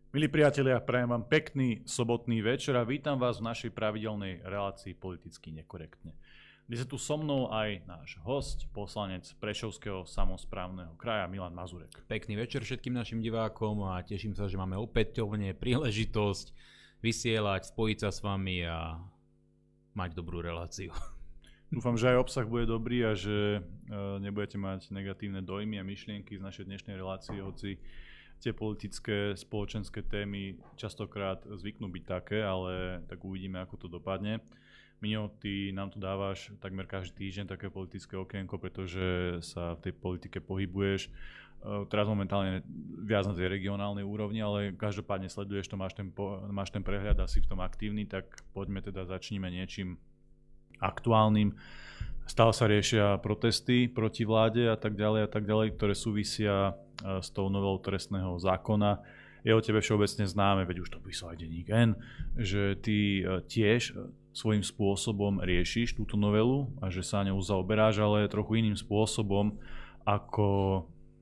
Milí priatelia, prajem vám pekný sobotný večer a vítam vás v našej pravidelnej relácii Politicky nekorektne. Dnes je tu so mnou aj náš hosť, poslanec Prešovského samosprávneho kraja Milan Mazurek. Pekný večer všetkým našim divákom a teším sa, že máme opätovne príležitosť vysielať, spojiť sa s vami a mať dobrú reláciu. Dúfam, že aj obsah bude dobrý a že nebudete mať negatívne dojmy a myšlienky z našej dnešnej relácie, hoci tie politické, spoločenské témy častokrát zvyknú byť také, ale tak uvidíme, ako to dopadne. Miňo, ty nám tu dávaš takmer každý týždeň také politické okienko, pretože sa v tej politike pohybuješ. Teraz momentálne viac na tej regionálnej úrovni, ale každopádne sleduješ to, máš ten prehľad a si v tom aktívny, tak poďme teda začníme niečím aktuálnym. Stále sa riešia protesty proti vláde a tak ďalej, ktoré súvisia s tou novelou trestného zákona. Je o tebe všeobecne známe, veď už to písal aj denník N, že ty tiež svojím spôsobom riešiš túto novelu a že sa ňou zaoberáš, ale trochu iným spôsobom ako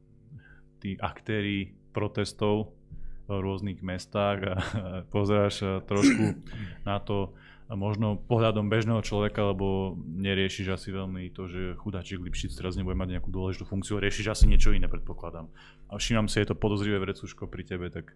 tí aktéri protestov v rôznych mestách a pozeráš trošku na to možno pohľadom bežného človeka, lebo neriešiš asi veľmi to, že chudáčik Lipšic teraz nebude mať nejakú dôležitú funkciu, riešiš asi niečo iné, predpokladám. A všímam si, je to podozrivé vrecúško pri tebe, tak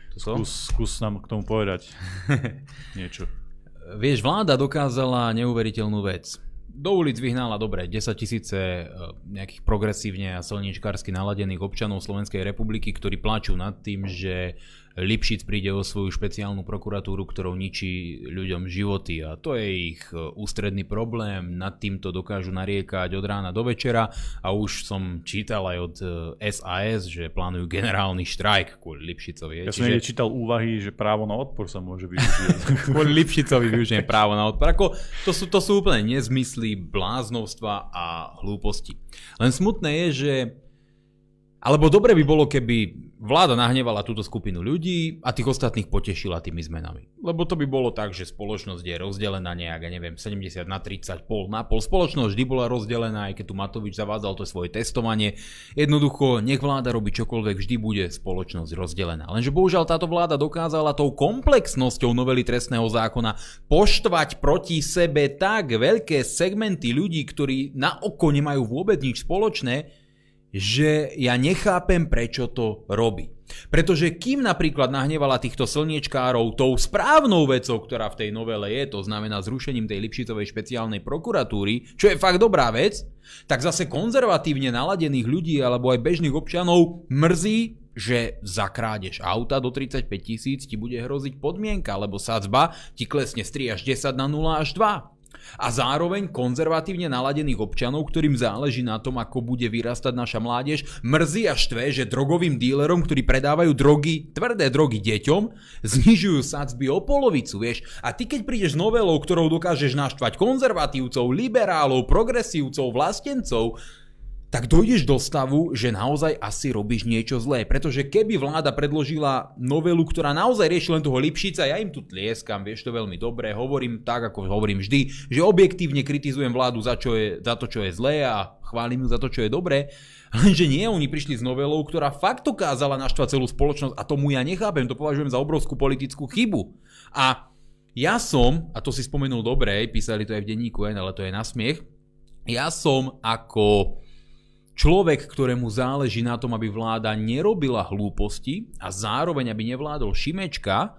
skús nám k tomu povedať niečo. Vieš, vláda dokázala neuveriteľnú vec. Do ulic vyhnala dobre 10 000 nejakých progresívne a slníčkarsky naladených občanov Slovenskej republiky, ktorí plačú nad tým, že Lipšic príde o svoju špeciálnu prokuratúru, ktorou ničí ľuďom životy. A to je ich ústredný problém. Nad týmto dokážu nariekať od rána do večera. A už som čítal aj od SAS, že plánujú generálny štrajk kvôli Lipšicovi. Ja som niekde čítal úvahy, že právo na odpor sa môže využiť. Kvôli Lipšicovi využijem právo na odpor. To sú úplne nezmysly, bláznovstva a hlúposti. Len smutné je, že alebo dobre by bolo, keby vláda nahnevala túto skupinu ľudí a tých ostatných potešila tými zmenami. Lebo to by bolo tak, že spoločnosť je rozdelená nejak, ja neviem, 70 na 30, pol na pol. Spoločnosť vždy bola rozdelená, aj keď tu Matovič zavádzal to svoje testovanie. Jednoducho, nech vláda robí čokoľvek, vždy bude spoločnosť rozdelená. Lenže bohužiaľ táto vláda dokázala tou komplexnosťou novely trestného zákona poštvať proti sebe tak veľké segmenty ľudí, ktorí na oko nemajú vôbec nič spoločné, že ja nechápem, prečo to robí. Pretože kým napríklad nahnevala týchto slniečkárov tou správnou vecou, ktorá v tej novele je, to znamená zrušením tej Lipšicovej špeciálnej prokuratúry, čo je fakt dobrá vec, tak zase konzervatívne naladených ľudí alebo aj bežných občanov mrzí, že za krádež auta do 35 000 ti bude hroziť podmienka, lebo sadzba ti klesne z 3 až 10 na 0 až 2. A zároveň konzervatívne naladených občanov, ktorým záleží na tom, ako bude vyrastať naša mládež, mrzí a štve, že drogovým dílerom, ktorí predávajú drogy, tvrdé drogy deťom, znižujú sadzby o polovicu, vieš. A ty keď prídeš s novelou, ktorou dokážeš naštvať konzervatívcov, liberálov, progresívcov, vlastencov, tak dojdeš do stavu, že naozaj asi robíš niečo zlé. Pretože keby vláda predložila novelu, ktorá naozaj rieši len toho Lipšica, ja im tu tlieskam, vieš to veľmi dobre, hovorím tak, ako hovorím vždy, že objektívne kritizujem vládu za to, čo je zlé a chválim ju za to, čo je dobré. Lenže nie, oni prišli s novelou, ktorá fakt dokázala naštvať celú spoločnosť a tomu ja nechápem, to považujem za obrovskú politickú chybu. A ja som, a to si spomenul dobre, písali to aj v denníku N, ale to je na smiech, ja som ako človek, ktorému záleží na tom, aby vláda nerobila hlúposti a zároveň, aby nevládol Šimečka,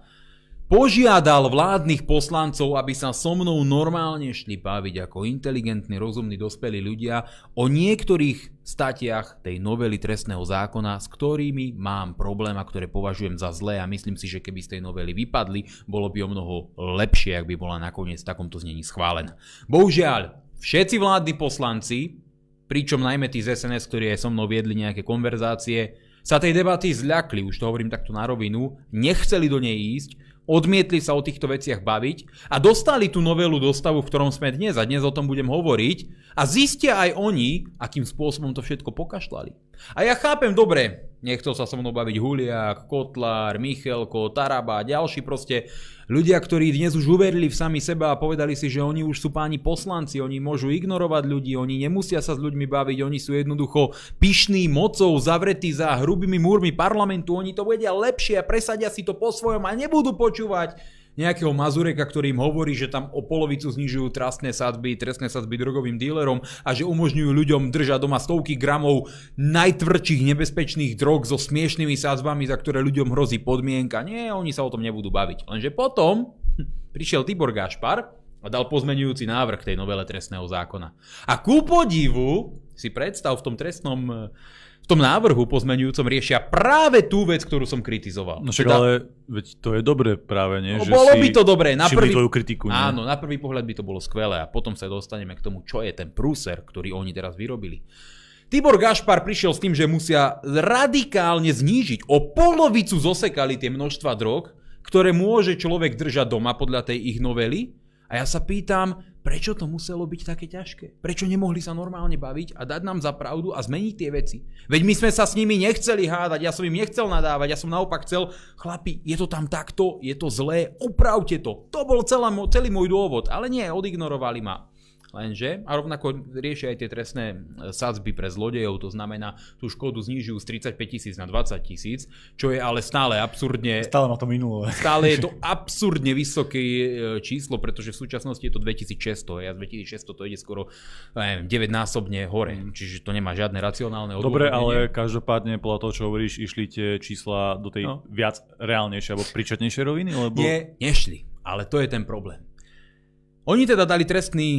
požiadal vládnych poslancov, aby sa so mnou normálne šli baviť ako inteligentní, rozumní, dospelí ľudia o niektorých statiach tej novely trestného zákona, s ktorými mám problém a ktoré považujem za zlé a myslím si, že keby z tej novely vypadli, bolo by o mnoho lepšie, ak by bola nakoniec v takomto znení schválená. Bohužiaľ, všetci vládni poslanci, pričom najmä tí z SNS, ktorí aj so mnou viedli nejaké konverzácie, sa tej debaty zľakli, už to hovorím takto na rovinu, nechceli do nej ísť, odmietli sa o týchto veciach baviť a dostali tú novelu do stavu, v ktorom sme dnes, a dnes o tom budem hovoriť, a zistia aj oni, akým spôsobom to všetko pokašľali. A ja chápem, dobre, nechcel sa so mnou baviť Huliak, Kotlár, Michelko, Taraba a ďalší proste ľudia, ktorí dnes už uverili v sami seba a povedali si, že oni už sú páni poslanci, oni môžu ignorovať ľudí, oni nemusia sa s ľuďmi baviť, oni sú jednoducho pyšní mocou, zavretí za hrubými múrmi parlamentu, oni to vedia lepšie a presadia si to po svojom a nebudú počúvať nejakého Mazureka, ktorý im hovorí, že tam o polovicu znižujú trestné sadzby drogovým dílerom a že umožňujú ľuďom držať doma stovky gramov najtvrdších nebezpečných drog so smiešnými sadzbami, za ktoré ľuďom hrozí podmienka. Nie, oni sa o tom nebudú baviť. Lenže potom prišiel Tibor Gašpar a dal pozmeňujúci návrh tej novele trestného zákona. A ku podivu si predstav, v tom návrhu pozmeňujúcom riešia práve tú vec, ktorú som kritizoval. No však ale veď to je dobré práve, nie? No, bolo by to dobré. Tvoju kritiku, nie? Áno, na prvý pohľad by to bolo skvelé a potom sa dostaneme k tomu, čo je ten prúser, ktorý oni teraz vyrobili. Tibor Gašpar prišiel s tým, že musia radikálne znížiť, o polovicu zosekali tie množstva drog, ktoré môže človek držať doma podľa tej ich novely. A ja sa pýtam, prečo to muselo byť také ťažké? Prečo nemohli sa normálne baviť a dať nám za pravdu a zmeniť tie veci? Veď my sme sa s nimi nechceli hádať, ja som im nechcel nadávať, ja som naopak chcel, chlapi, je to tam takto, je to zlé, upravte to. To bol celý môj dôvod, ale nie, odignorovali ma. Lenže, a rovnako riešia aj tie trestné sadzby pre zlodejov, to znamená, tú škodu znižujú z 35 000 na 20 000, čo je ale stále absurdne... Stále má to minulo. Stále je to absurdne vysoké číslo, pretože v súčasnosti je to 2600 a z 2600 to ide skoro 9-násobne hore, čiže to nemá žiadne racionálne odôvodnenie. Dobre, ale každopádne podľa toho, čo hovoríš, išli tie čísla do tej viac reálnejšie alebo príčetnejšej roviny? Lebo... Nie, nešli, ale to je ten problém. Oni teda dali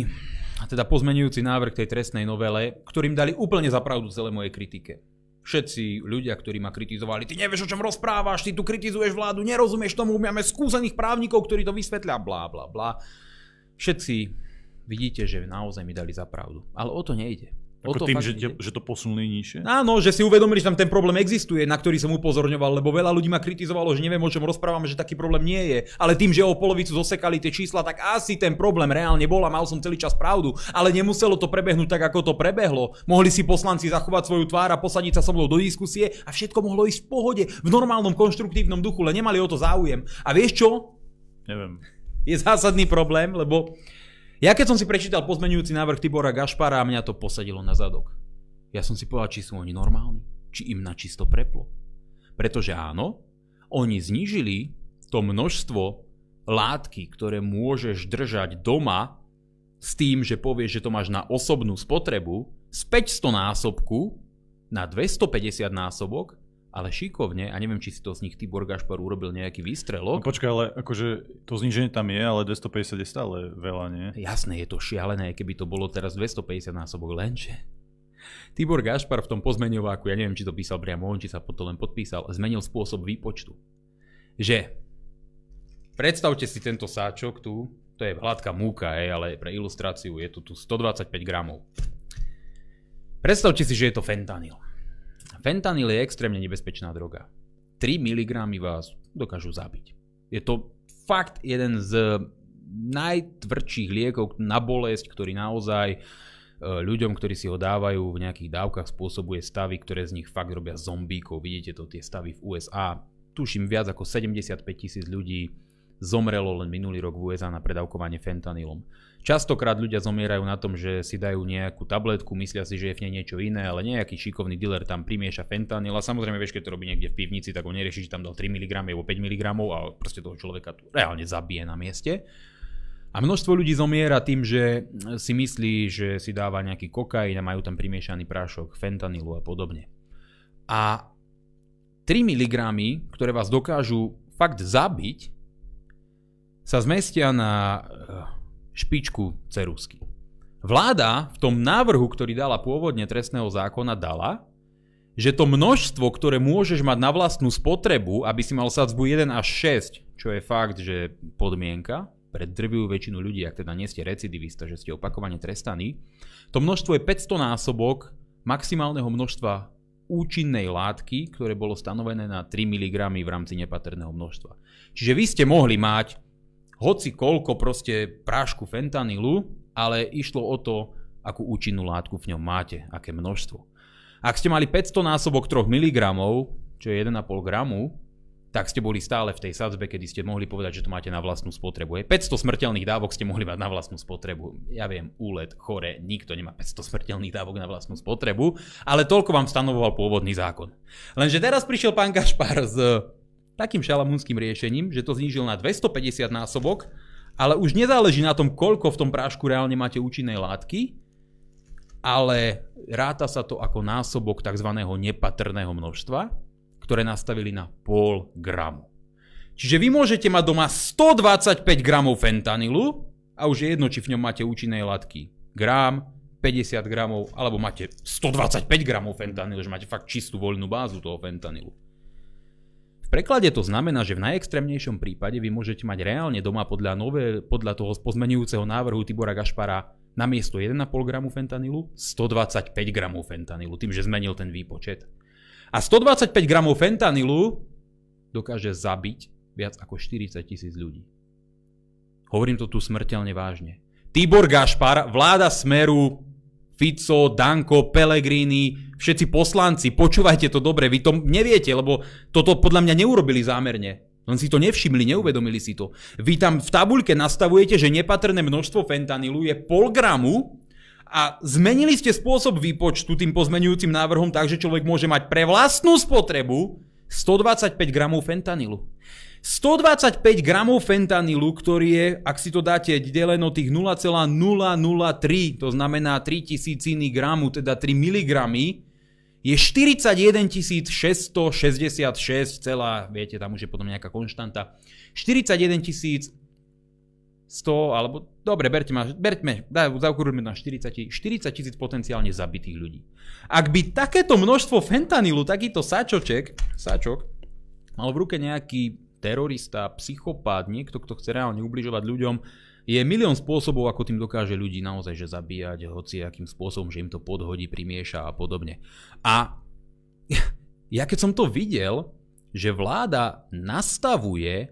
pozmeňujúci návrh tej trestnej novele, ktorým dali úplne za pravdu celé mojej kritike. Všetci ľudia, ktorí ma kritizovali, ty nevieš, o čom rozprávaš, ty tu kritizuješ vládu, nerozumieš tomu, máme skúsených právnikov, ktorí to vysvetlia, blá, blá, blá. Všetci vidíte, že naozaj mi dali za pravdu. Ale o to nejde. Ako tým, že to posunuli nižšie? Áno, že si uvedomili, že tam ten problém existuje, na ktorý som upozorňoval, lebo veľa ľudí ma kritizovalo, že neviem, o čom rozprávame, že taký problém nie je. Ale tým, že o polovicu zosekali tie čísla, tak asi ten problém reálne bol a mal som celý čas pravdu. Ale nemuselo to prebehnúť tak, ako to prebehlo. Mohli si poslanci zachovať svoju tvár a posadiť sa so mnou do diskusie a všetko mohlo ísť v pohode, v normálnom konštruktívnom duchu, len nemali o to záujem. A vieš čo? Neviem. Je zásadný problém, lebo ja keď som si prečítal pozmeňujúci návrh Tibora Gašpara, mňa to posadilo na zadok. Ja som si povedal, či sú oni normálni, či im na čisto preplo. Pretože áno, oni znížili to množstvo látky, ktoré môžeš držať doma s tým, že povieš, že to máš na osobnú spotrebu, z 500 násobku na 250 násobok, ale šikovne, a neviem, či si to z nich Tibor Gašpar urobil nejaký výstrelok. No počkaj, ale akože to zníženie tam je, ale 250 je stále veľa, nie? Jasné, je to šialené, keby to bolo teraz 250 násobok, lenže Tibor Gašpar v tom pozmeňováku, ja neviem, či to písal priamo on, či sa potom len podpísal, zmenil spôsob výpočtu. Že, predstavte si tento sáčok tu, to je hladká múka, ale pre ilustráciu je to tu 125 gramov. Predstavte si, že je to fentanyl. Fentanyl je extrémne nebezpečná droga. 3 mg vás dokážu zabiť. Je to fakt jeden z najtvrdších liekov na bolesť, ktorý naozaj ľuďom, ktorí si ho dávajú v nejakých dávkach, spôsobuje stavy, ktoré z nich fakt robia zombíkov. Vidíte to, tie stavy v USA. Tuším, viac ako 75 000 ľudí zomrelo len minulý rok v USA na predávkovanie fentanylom. Častokrát ľudia zomierajú na tom, že si dajú nejakú tabletku, myslia si, že je v nej niečo iné, ale nejaký šikovný dealer tam primieša fentanyl a samozrejme vieš, keď to robí niekde v pivnici, tak on nerieši, že tam dal 3 mg alebo 5 mg a proste toho človeka tu reálne zabije na mieste. A množstvo ľudí zomiera tým, že si myslí, že si dáva nejaký kokain a majú tam primiešaný prášok fentanylu a podobne. A 3 mg, ktoré vás dokážu fakt zabiť, sa zmestia na špičku ceruzky. Vláda v tom návrhu, ktorý dala pôvodne trestného zákona, dala, že to množstvo, ktoré môžeš mať na vlastnú spotrebu, aby si mal sadzbu 1 až 6, čo je fakt, že podmienka pre drvivú väčšinu ľudí, ak teda nie ste recidivista, že ste opakovane trestaní, to množstvo je 500 násobok maximálneho množstva účinnej látky, ktoré bolo stanovené na 3 mg v rámci nepatrného množstva. Čiže vy ste mohli mať hoci koľko proste prášku fentanylu, ale išlo o to, akú účinnú látku v ňom máte, aké množstvo. Ak ste mali 500 násobok 3 mg, čo je 1,5 gramu, tak ste boli stále v tej sadzbe, kedy ste mohli povedať, že to máte na vlastnú spotrebu. 500 smrteľných dávok ste mohli mať na vlastnú spotrebu. Ja viem, úlet, chore, nikto nemá 500 smrteľných dávok na vlastnú spotrebu, ale toľko vám stanovoval pôvodný zákon. Lenže teraz prišiel pán Gašpar s takým šalamúnskym riešením, že to znížil na 250 násobok, ale už nezáleží na tom, koľko v tom prášku reálne máte účinnej látky, ale ráta sa to ako násobok tzv. Nepatrného množstva, ktoré nastavili na 0,5 gramu. Čiže vy môžete mať doma 125 gramov fentanylu a už je jedno, či v ňom máte účinnej látky grám, 50 gramov, alebo máte 125 gramov fentanylu, že máte fakt čistú voľnú bázu toho fentanylu. V preklade to znamená, že v najextrémnejšom prípade vy môžete mať reálne doma podľa toho pozmenujúceho návrhu Tibora Gašpara namiesto 1,5 gramu fentanylu 125 gramov fentanylu, tým, že zmenil ten výpočet. A 125 gramov fentanylu dokáže zabiť viac ako 40 000 ľudí. Hovorím to tu smrteľne vážne. Tibor Gašpar, vláda Smeru, Fico, Danko, Pellegrini, všetci poslanci, počúvajte to dobre, vy to neviete, lebo toto podľa mňa neurobili zámerne. Len si to nevšimli, neuvedomili si to. Vy tam v tabuľke nastavujete, že nepatrné množstvo fentanylu je 0,5 gramu, a zmenili ste spôsob výpočtu tým pozmeňujúcim návrhom tak, že človek môže mať pre vlastnú spotrebu 125 gramov fentanylu. 125 gramov fentanylu, ktorý je, ak si to dáte deleno tých 0,003, to znamená 3000 gramu, teda 3 mg, je 41 666, viete, tam už je potom nejaká konštanta, 41 100, alebo dobre, zaokrúhme na 40 000 potenciálne zabitých ľudí. Ak by takéto množstvo fentanylu, takýto sáčok, mal v ruke nejaký terorista, psychopát, niekto, kto chce reálne ubližovať ľuďom, je milión spôsobov, ako tým dokáže ľudí naozaj že zabíjať, hoci akým spôsobom, že im to podhodí, primieša a podobne. A ja keď som to videl, že vláda nastavuje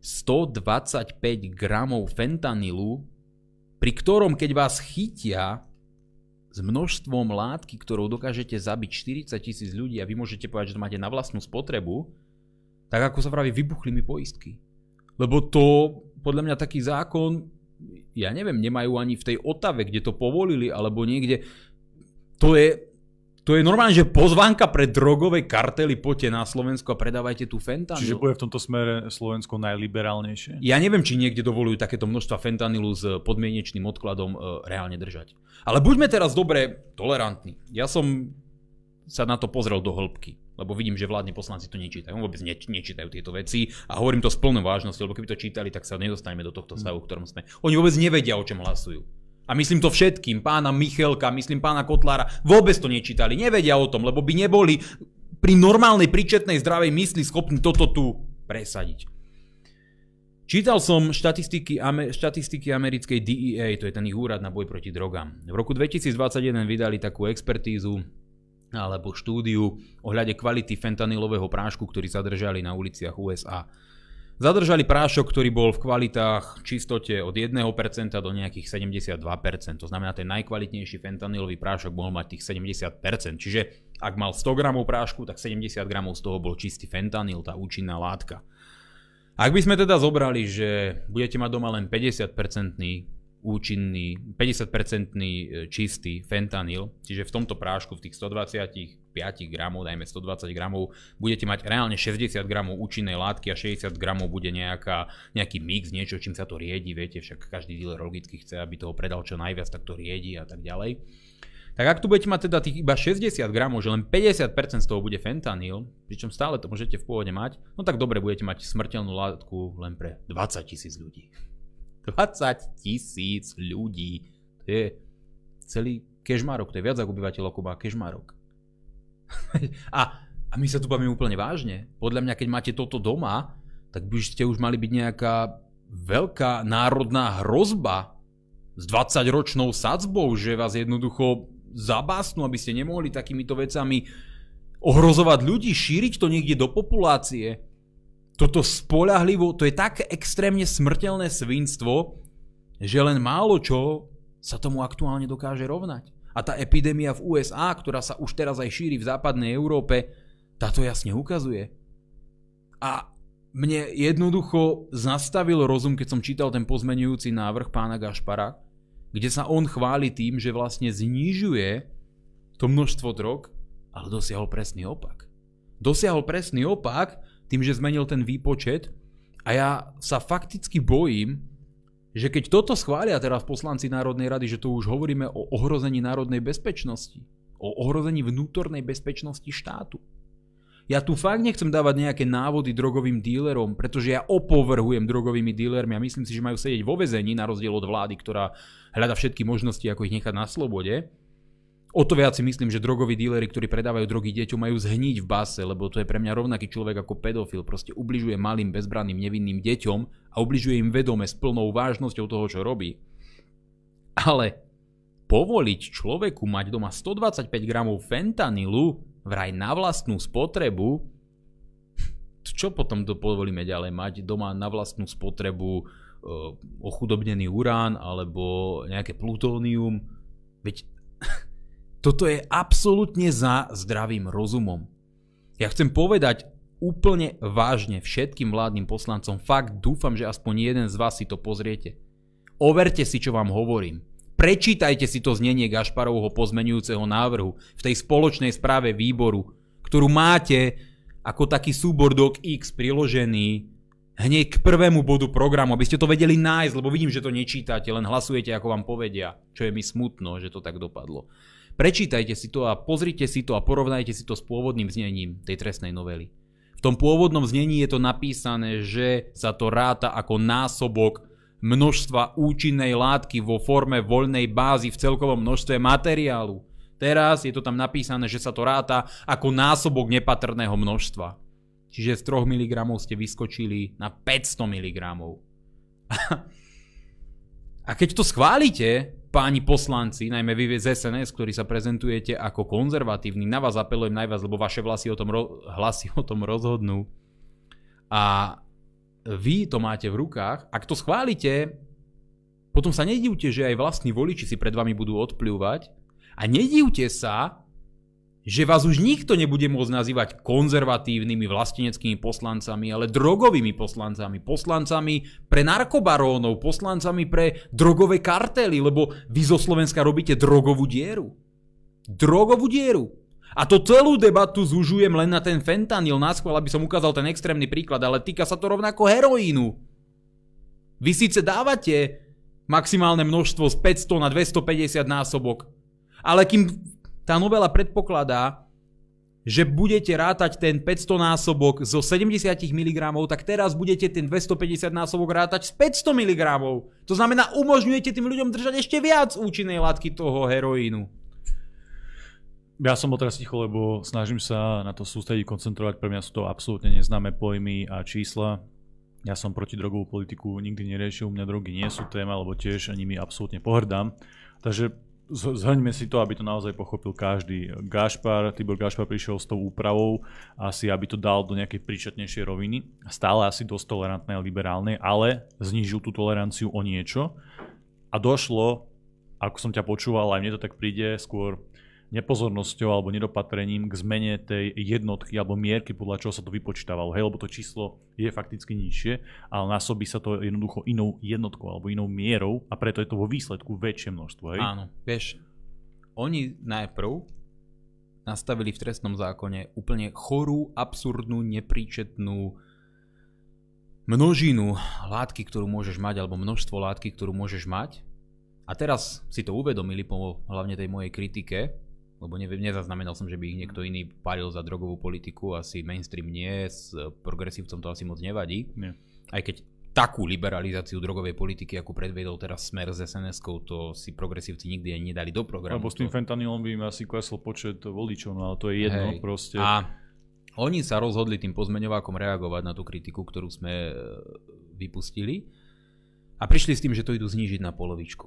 125 gramov fentanylu, pri ktorom keď vás chytia s množstvom látky, ktorou dokážete zabiť 40 000 ľudí a vy môžete povedať, že to máte na vlastnú spotrebu, tak ako sa praví, vybuchli mi poistky. Lebo to, podľa mňa taký zákon, ja neviem, nemajú ani v tej Otave, kde to povolili, alebo niekde. To je normálne, že pozvánka pre drogové kartely, poďte na Slovensko a predávajte tu fentanyl. Čiže bude v tomto smere Slovensko najliberálnejšie? Ja neviem, či niekde dovolujú takéto množstva fentanylu s podmienečným odkladom reálne držať. Ale buďme teraz dobre tolerantní. Ja som sa na to pozrel do hĺbky, lebo vidím, že vládni poslanci to nečítajú. Vôbec nečítajú tieto veci a hovorím to s plnou vážnosťou, lebo keby to čítali, tak sa nedostaneme do tohto stavu, v ktorom sme. Oni vôbec nevedia, o čom hlasujú. A myslím to všetkým, pána Michelka, myslím pána Kotlára, vôbec to nečítali, nevedia o tom, lebo by neboli pri normálnej, príčetnej, zdravej mysli schopní toto tu presadiť. Čítal som štatistiky americkej DEA, to je ten ich úrad na boj proti drogám. V roku 2021 vydali takú expertízu alebo štúdiu ohľade kvality fentanylového prášku, ktorý zadržali na uliciach USA. Zadržali prášok, ktorý bol v kvalitách čistote od 1% do nejakých 72%. To znamená, ten najkvalitnejší fentanylový prášok mohol mať tých 70%. Čiže ak mal 100 gramov prášku, tak 70 gramov z toho bol čistý fentanyl, tá účinná látka. Ak by sme teda zobrali, že budete mať doma len 50% účinný, 50% čistý fentanyl, čiže v tomto prášku, v tých 125 gramov, dajme 120 gramov, budete mať reálne 60 gramov účinnej látky a 60 gramov bude nejaký mix, niečo, čím sa to riedi, viete, však každý dealer logicky chce, aby toho predal čo najviac, tak to riedi a tak ďalej. Tak ak tu budete mať teda tých iba 60 gramov, že len 50% z toho bude fentanyl, pričom stále to môžete v pôvode mať, no tak dobre, budete mať smrteľnú látku len pre 20 000 ľudí. 20 000 ľudí. To je celý Kežmarok, to je viac obyvateľov, ako má Kežmarok. a my sa tu bavíme úplne vážne. Podľa mňa, keď máte toto doma, tak by ste už mali byť nejaká veľká národná hrozba s 20-ročnou sadzbou, že vás jednoducho zabásnú, aby ste nemohli takýmito vecami ohrozovať ľudí, šíriť to niekde do populácie. Toto spoľahlivo, to je také extrémne smrteľné svinstvo, že len málo čo sa tomu aktuálne dokáže rovnať. A tá epidémia v USA, ktorá sa už teraz aj šíri v západnej Európe, táto jasne ukazuje. A mne jednoducho zastavil rozum, keď som čítal ten pozmeňujúci návrh pána Gašpara, kde sa on chváli tým, že vlastne znižuje to množstvo drog, ale dosiahol presný opak. Dosiahol presný opak tým, že zmenil ten výpočet a ja sa fakticky bojím, že keď toto schvália teraz poslanci Národnej rady, že tu už hovoríme o ohrození národnej bezpečnosti, o ohrození vnútornej bezpečnosti štátu. Ja tu fakt nechcem dávať nejaké návody drogovým dílerom, pretože ja opovrhujem drogovými dílermi a myslím si, že majú sedieť vo väzení na rozdiel od vlády, ktorá hľada všetky možnosti, ako ich nechať na slobode. O to viac si myslím, že drogoví díleri, ktorí predávajú drogy deťom, majú zhniť v base, lebo to je pre mňa rovnaký človek ako pedofil. Proste ubližuje malým, bezbranným, nevinným deťom a ubližuje im vedome s plnou vážnosťou toho, čo robí. Ale povoliť človeku mať doma 125 gramov fentanylu vraj na vlastnú spotrebu, čo potom to povolíme ďalej? Mať doma na vlastnú spotrebu ochudobnený urán alebo nejaké plutónium? Veď toto je absolútne za zdravým rozumom. Ja chcem povedať úplne vážne všetkým vládnym poslancom, fakt dúfam, že aspoň jeden z vás si to pozriete. Overte si, čo vám hovorím. Prečítajte si to znenie Gašparovho pozmeňujúceho návrhu v tej spoločnej správe výboru, ktorú máte ako taký súbor docx priložený hneď k prvému bodu programu, aby ste to vedeli nájsť, lebo vidím, že to nečítate, len hlasujete, ako vám povedia, čo je mi smutno, že to tak dopadlo. Prečítajte si to a pozrite si to a porovnajte si to s pôvodným znením tej trestnej novely. V tom pôvodnom znení je to napísané, že sa to ráta ako násobok množstva účinnej látky vo forme voľnej bázy v celkovom množstve materiálu. Teraz je to tam napísané, že sa to ráta ako násobok nepatrného množstva. Čiže z 3 mg ste vyskočili na 500 mg. A keď to schválite, páni poslanci, najmä vy z SNS, ktorí sa prezentujete ako konzervatívni, na vás apelujem najviac, lebo vaše hlasy o tom rozhodnú. A vy to máte v rukách. Ak to schválite, potom sa nedivte, že aj vlastní voliči si pred vami budú odpľúvať. A nedivte sa, že vás už nikto nebude môcť nazývať konzervatívnymi vlasteneckými poslancami, ale drogovými poslancami. Poslancami pre narkobarónov, poslancami pre drogové kartely, lebo vy zo Slovenska robíte drogovú dieru. Drogovú dieru. A to celú debatu zužujem len na ten fentanyl, náschvál, aby som ukázal ten extrémny príklad, ale týka sa to rovnako heroínu. Vy síce dávate maximálne množstvo z 500 na 250 násobok, ale kým tá novela predpokladá, že budete rátať ten 500 násobok zo 70 mg, tak teraz budete ten 250 násobok rátať z 500 mg. To znamená, umožňujete tým ľuďom držať ešte viac účinnej látky toho heroínu. Ja som bol teraz ticho, lebo snažím sa na to sústrediť, koncentrovať. Pre mňa sú to absolútne neznáme pojmy a čísla. Ja som protidrogovú politiku nikdy neriešil, u mňa drogy nie sú téma, lebo tiež nimi absolútne pohrdám. Takže zhrňme si to, aby to naozaj pochopil každý. Tibor Gašpar prišiel s tou úpravou asi, aby to dal do nejakej príčetnejšej roviny. Stále asi dosť tolerantnej a liberálnej, ale znížil tú toleranciu o niečo. A došlo, ako som ťa počúval, aj mne to tak príde, skôr nepozornosťou alebo nedopatrením k zmene tej jednotky alebo mierky, podľa čoho sa to vypočítavalo. Hej, lebo to číslo je fakticky nižšie, ale násobí sa to jednoducho inou jednotkou alebo inou mierou a preto je to vo výsledku väčšie množstvo. Hej? Áno, vieš, oni najprv nastavili v trestnom zákone úplne chorú, absurdnú, nepríčetnú množinu látky, ktorú môžeš mať, alebo množstvo látky, ktorú môžeš mať. A teraz si to uvedomili po hlavne tej mojej kritike, lebo nezaznamenal som, že by ich niekto iný pálil za drogovú politiku, asi mainstream nie, s progresívcom to asi moc nevadí. Nie. Aj keď takú liberalizáciu drogovej politiky, ako predviedol teraz Smer s SNS-kou, to si progresívci nikdy aj nedali do programu. Lebo s tým fentanylom by im asi klesol počet voličov, no ale to je jedno proste. A oni sa rozhodli tým pozmeňovákom reagovať na tú kritiku, ktorú sme vypustili a prišli s tým, že to idú znížiť na polovičku.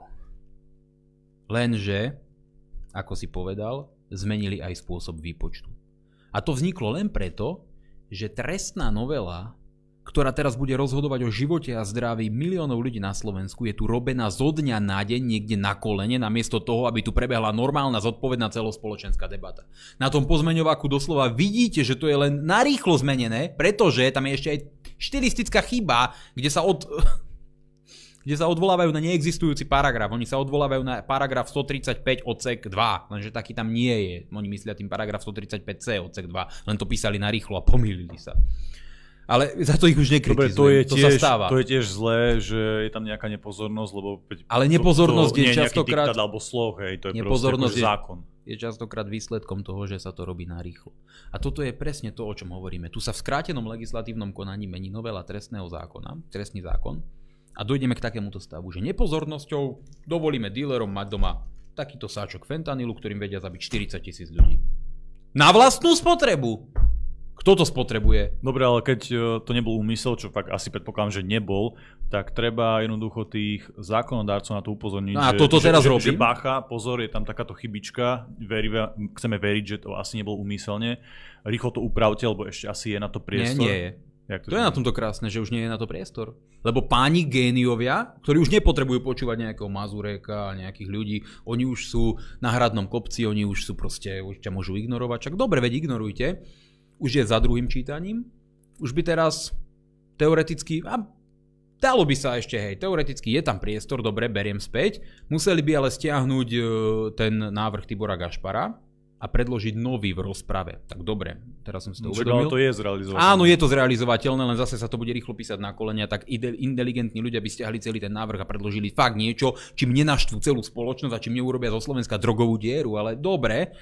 Lenže, ako si povedal, zmenili aj spôsob výpočtu. A to vzniklo len preto, že trestná novela, ktorá teraz bude rozhodovať o živote a zdraví miliónov ľudí na Slovensku, je tu robená zo dňa na deň niekde na kolene, namiesto toho, aby tu prebehla normálna zodpovedná celospoločenská debata. Na tom pozmeňováku doslova vidíte, že to je len narýchlo zmenené, pretože tam je ešte aj štilistická chyba, kde sa odvolávajú na neexistujúci paragraf. Oni sa odvolávajú na paragraf 135 odsek 2, lenže taký tam nie je. Oni myslia tým paragraf 135c odsek 2, len to písali narýchlo a pomýlili sa. Ale za to ich už nekritizujem. Dobre, to sa stáva. To je tiež zlé, že je tam nejaká nepozornosť, lebo... Ale nepozornosť je častokrát... diktát alebo sloh, hej, to je nepozornosť proste zákon. Je častokrát výsledkom toho, že sa to robí narýchlo. A toto je presne to, o čom hovoríme. Tu sa v skrátenom legislatívnom konaní mení novela trestného zákona, trestný zákon, a dojdeme k takémuto stavu, že nepozornosťou dovolíme dílerom mať doma takýto sáčok fentanylu, ktorým vedia zabiť 40 000 ľudí. Na vlastnú spotrebu! Kto to spotrebuje? Dobre, ale keď to nebol úmysel, čo fakt asi predpokladám, že nebol, tak treba jednoducho tých zákonodárcov na to upozorniť, no a toto teraz robím. Že bacha, pozor, je tam takáto chybička, chceme veriť, že to asi nebol úmyselne, rýchlo to upravte, lebo ešte asi je na to priestor. Nie je. To je na tomto krásne, že už nie je na to priestor. Lebo páni géniovia, ktorí už nepotrebujú počúvať nejakého Mazureka a nejakých ľudí, oni už sú na hradnom kopci, oni už sú proste, už ťa môžu ignorovať, čak dobre, veď ignorujte. Už je za druhým čítaním, už by teraz teoreticky, a dalo by sa ešte, hej, teoreticky je tam priestor, dobre, beriem späť, museli by ale stiahnuť ten návrh Tibora Gašpara a predložiť nový v rozprave. Tak dobre, teraz som si to uvedomil. Ale to je zrealizovateľné. Áno, je to zrealizovateľné, len zase sa to bude rýchlo písať na kolenia, tak inteligentní ľudia by stiahli celý ten návrh a predložili fakt niečo, čím nenaštú celú spoločnosť a čím neurobia zo Slovenska drogovú dieru, ale dobre.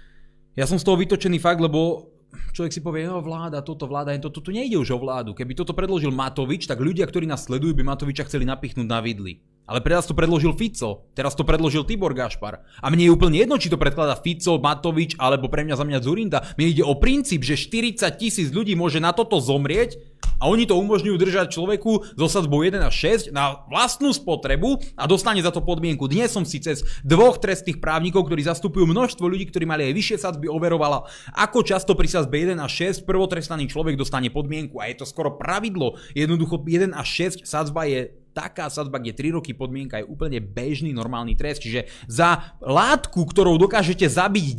Ja som z toho vytočený fakt, lebo človek si povie, no vláda, toto vláda, tu nejde už o vládu. Keby toto predložil Matovič, tak ľudia, ktorí nás sledujú, by Matoviča chceli napichnúť na vidli. Ale teraz to predložil Fico, teraz to predložil Tibor Gašpar. A mne je úplne jedno, či to predkladá Fico, Matovič, alebo pre mňa za mňa Dzurinda. Mne ide o princíp, že 40 000 ľudí môže na toto zomrieť a oni to umožňujú držať človeku so sadzbou 1 až 6 na vlastnú spotrebu a dostane za to podmienku. Dnes som si cez 2 trestných právnikov, ktorí zastupujú množstvo ľudí, ktorí mali aj vyššie sadzby, overovala, ako často pri sadzbe 1 až 6 prvotrestaný človek dostane podmienku a je to skoro pravidlo. Jednoducho 1 až 6 sadzba je taká sadzba, kde 3 roky podmienka je úplne bežný normálny trest. Čiže za látku, ktorou dokážete zabiť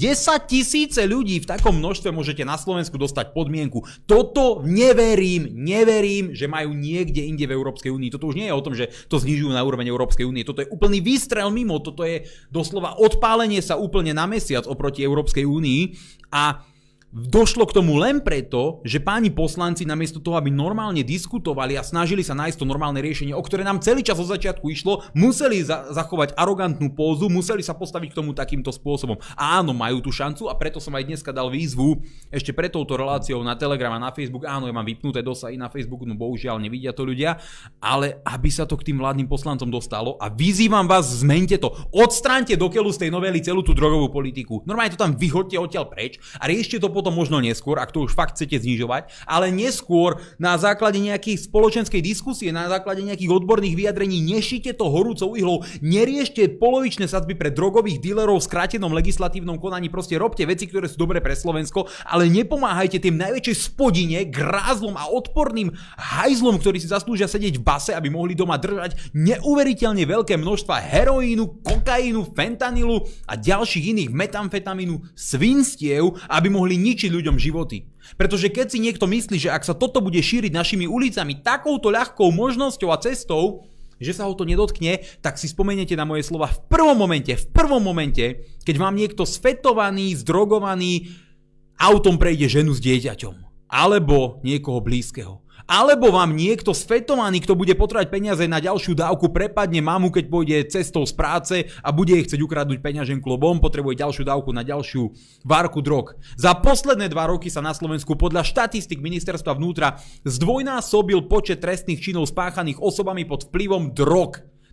10 000 ľudí v takom množstve, môžete na Slovensku dostať podmienku. Toto neverím, že majú niekde inde v Európskej únii. Toto už nie je o tom, že to znižujú na úroveň Európskej únie. Toto je úplný výstrel mimo. Toto je doslova odpálenie sa úplne na mesiac oproti Európskej únii a došlo k tomu len preto, že páni poslanci namiesto toho, aby normálne diskutovali a snažili sa nájsť to normálne riešenie, o ktoré nám celý čas od začiatku išlo, museli zachovať arogantnú pózu, museli sa postaviť k tomu takýmto spôsobom. A áno, majú tú šancu a preto som aj dneska dal výzvu ešte pred touto reláciou na Telegram a na Facebook. Áno, ja mám vypnuté dosahy na Facebooku, no bohužiaľ nevidia to ľudia, ale aby sa to k tým vládnym poslancom dostalo a vyzývam vás, zmeňte to. Odstráňte do keľu z tej novely celú tú drogovú politiku. Normálne to tam vyhoďte odtiaľ preč a riešte to potom možno neskôr, ak to už fakt chcete znižovať, ale neskôr na základe nejakých spoločenskej diskusie, na základe nejakých odborných vyjadrení, nešite to horúcou ihlou, neriešte polovičné sadzby pre drogových dílerov v skrátenom legislatívnom konaní, proste robte veci, ktoré sú dobré pre Slovensko, ale nepomáhajte tým najväčšej spodine, grázlom a odporným hajzlom, ktorí si zaslúžia sedieť v base, aby mohli doma držať neuveriteľne veľké množstva heroínu, kokainu, fentanylu a ďalších iných metamfetamínu, svinstiev, aby mohli ničiť ľuďom životy. Pretože keď si niekto myslí, že ak sa toto bude šíriť našimi ulicami takouto ľahkou možnosťou a cestou, že sa ho to nedotkne, tak si spomeniete na moje slova v prvom momente, keď vám niekto sfetovaný, zdrogovaný autom prejde ženu s dieťaťom. Alebo niekoho blízkeho. Alebo vám niekto sfetovaný, kto bude potrebovať peniaze na ďalšiu dávku, prepadne mamu, keď pôjde cestou z práce a bude jej chcieť ukradnúť peňaženku, lebo on potrebuje ďalšiu dávku na ďalšiu várku drog. Za posledné 2 roky sa na Slovensku podľa štatistik ministerstva vnútra zdvojnásobil počet trestných činov spáchaných osobami pod vplyvom drog.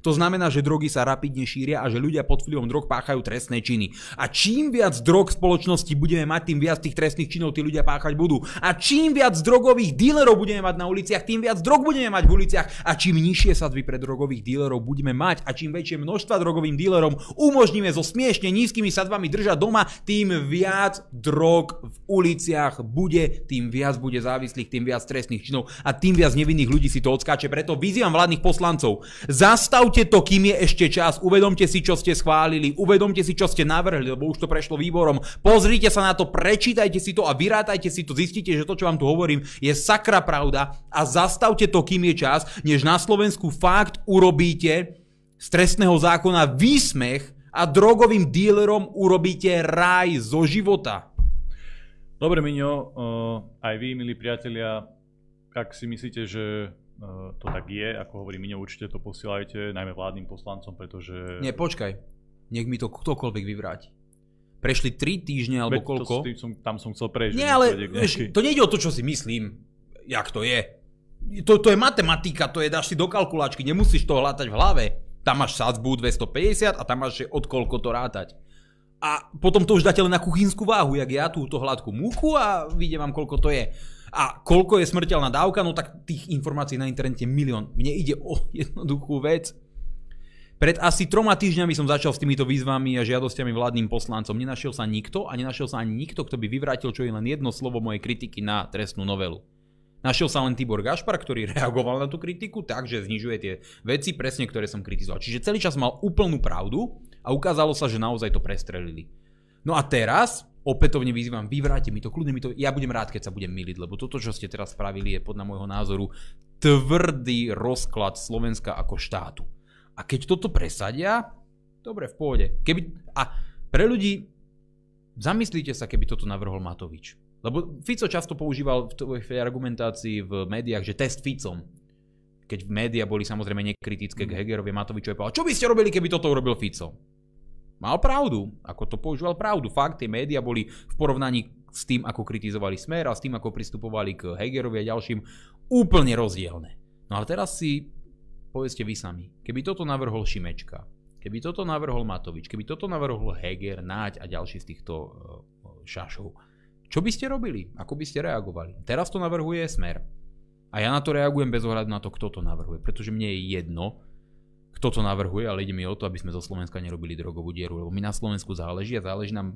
To znamená, že drogy sa rapidne šíria a že ľudia pod vplyvom drog páchajú trestné činy. A čím viac drog v spoločnosti budeme mať, tým viac tých trestných činov tí ľudia páchať budú. A čím viac drogových dílerov budeme mať na uliciach, tým viac drog budeme mať v uliciach. A čím nižšie sadzby pre drogových dílerov budeme mať a čím väčšie množstva drogovým dílerom umožníme so smiešne nízkymi sadzbami držať doma, tým viac drog v uliciach bude, tým viac bude závislých, tým viac trestných činov a tým viac nevinných ľudí si to odskáče. Preto vyzývam vládnych poslancov, zastavte to, kým je ešte čas, uvedomte si, čo ste schválili, uvedomte si, čo ste navrhli, lebo už to prešlo výborom, pozrite sa na to, prečítajte si to a vyrátajte si to, zistíte, že to, čo vám tu hovorím, je sakra pravda a zastavte to, kým je čas, než na Slovensku fakt urobíte z trestného zákona výsmech a drogovým dílerom urobíte raj zo života. Dobre, Miňo, aj vy, milí priatelia, ak si myslíte, že to tak je, ako hovorí Miňo, určite to posielajte, najmä vládnym poslancom, pretože... Nie, počkaj, nech mi to ktokoľvek vyvráti. Prešli 3 týždne alebo koľko? Tam som chcel prejsť. Nie, ale to nejde o to, čo si myslím, jak to je. To je matematika, to je, dáš si do kalkulačky, nemusíš to hľadať v hlave. Tam máš sadzbu 250 a tam máš od koľko to rátať. A potom to už dáte len na kuchynskú váhu, jak ja túto hladkú múku a vidím vám, koľko to je. A koľko je smrteľná dávka, no tak tých informácií na internete milión. Mne ide o jednoduchú vec. Pred asi 3 týždňami som začal s týmito výzvami a žiadosťami vládnym poslancom. Nenašiel sa nikto a nenašiel sa ani nikto, kto by vyvrátil čo je len jedno slovo mojej kritiky na trestnú novelu. Našiel sa len Tibor Gašpar, ktorý reagoval na tú kritiku tak, že znižuje tie veci presne, ktoré som kritizoval. Čiže celý čas mal úplnú pravdu a ukázalo sa, že naozaj to prestrelili. No a teraz opätovne vyzývam, vyvráte mi to, kľudne mi to, ja budem rád, keď sa budem myliť, lebo toto, čo ste teraz spravili, je podľa môjho názoru tvrdý rozklad Slovenska ako štátu. A keď toto presadia, dobre, v pohode. A pre ľudí, zamyslíte sa, keby toto navrhol Matovič. Lebo Fico často používal v argumentácii v médiách, že test Ficom. Keď médiá boli samozrejme nekritické k Hegerovi, Matovičovi povedal, čo by ste robili, keby toto urobil Fico? Mal pravdu, ako to používal pravdu. Fakt, tie médiá boli v porovnaní s tým, ako kritizovali Smer a s tým, ako pristupovali k Hegerovi a ďalším, úplne rozdielne. No ale teraz si povedzte vy sami, keby toto navrhol Šimečka, keby toto navrhol Matovič, keby toto navrhol Heger, Náď a ďalší z týchto šašov, čo by ste robili? Ako by ste reagovali? Teraz to navrhuje Smer. A ja na to reagujem bez ohľadu na to, kto to navrhuje. Pretože mne je jedno, kto to navrhuje, ale ide mi o to, aby sme zo Slovenska nerobili drogovú dieru. Lebo mi na Slovensku záleží a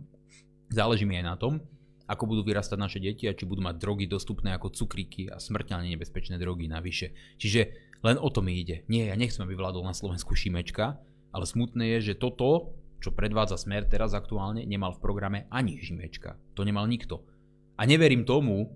záleží mi aj na tom, ako budú vyrastať naše deti a či budú mať drogy dostupné ako cukríky a smrteľne nebezpečné drogy navyše. Čiže len o to mi ide. Nie, ja nechcem, aby vládol na Slovensku Šimečka, ale smutné je, že toto, čo predvádza Smer teraz aktuálne, nemal v programe ani Šimečka. To nemal nikto. A neverím tomu,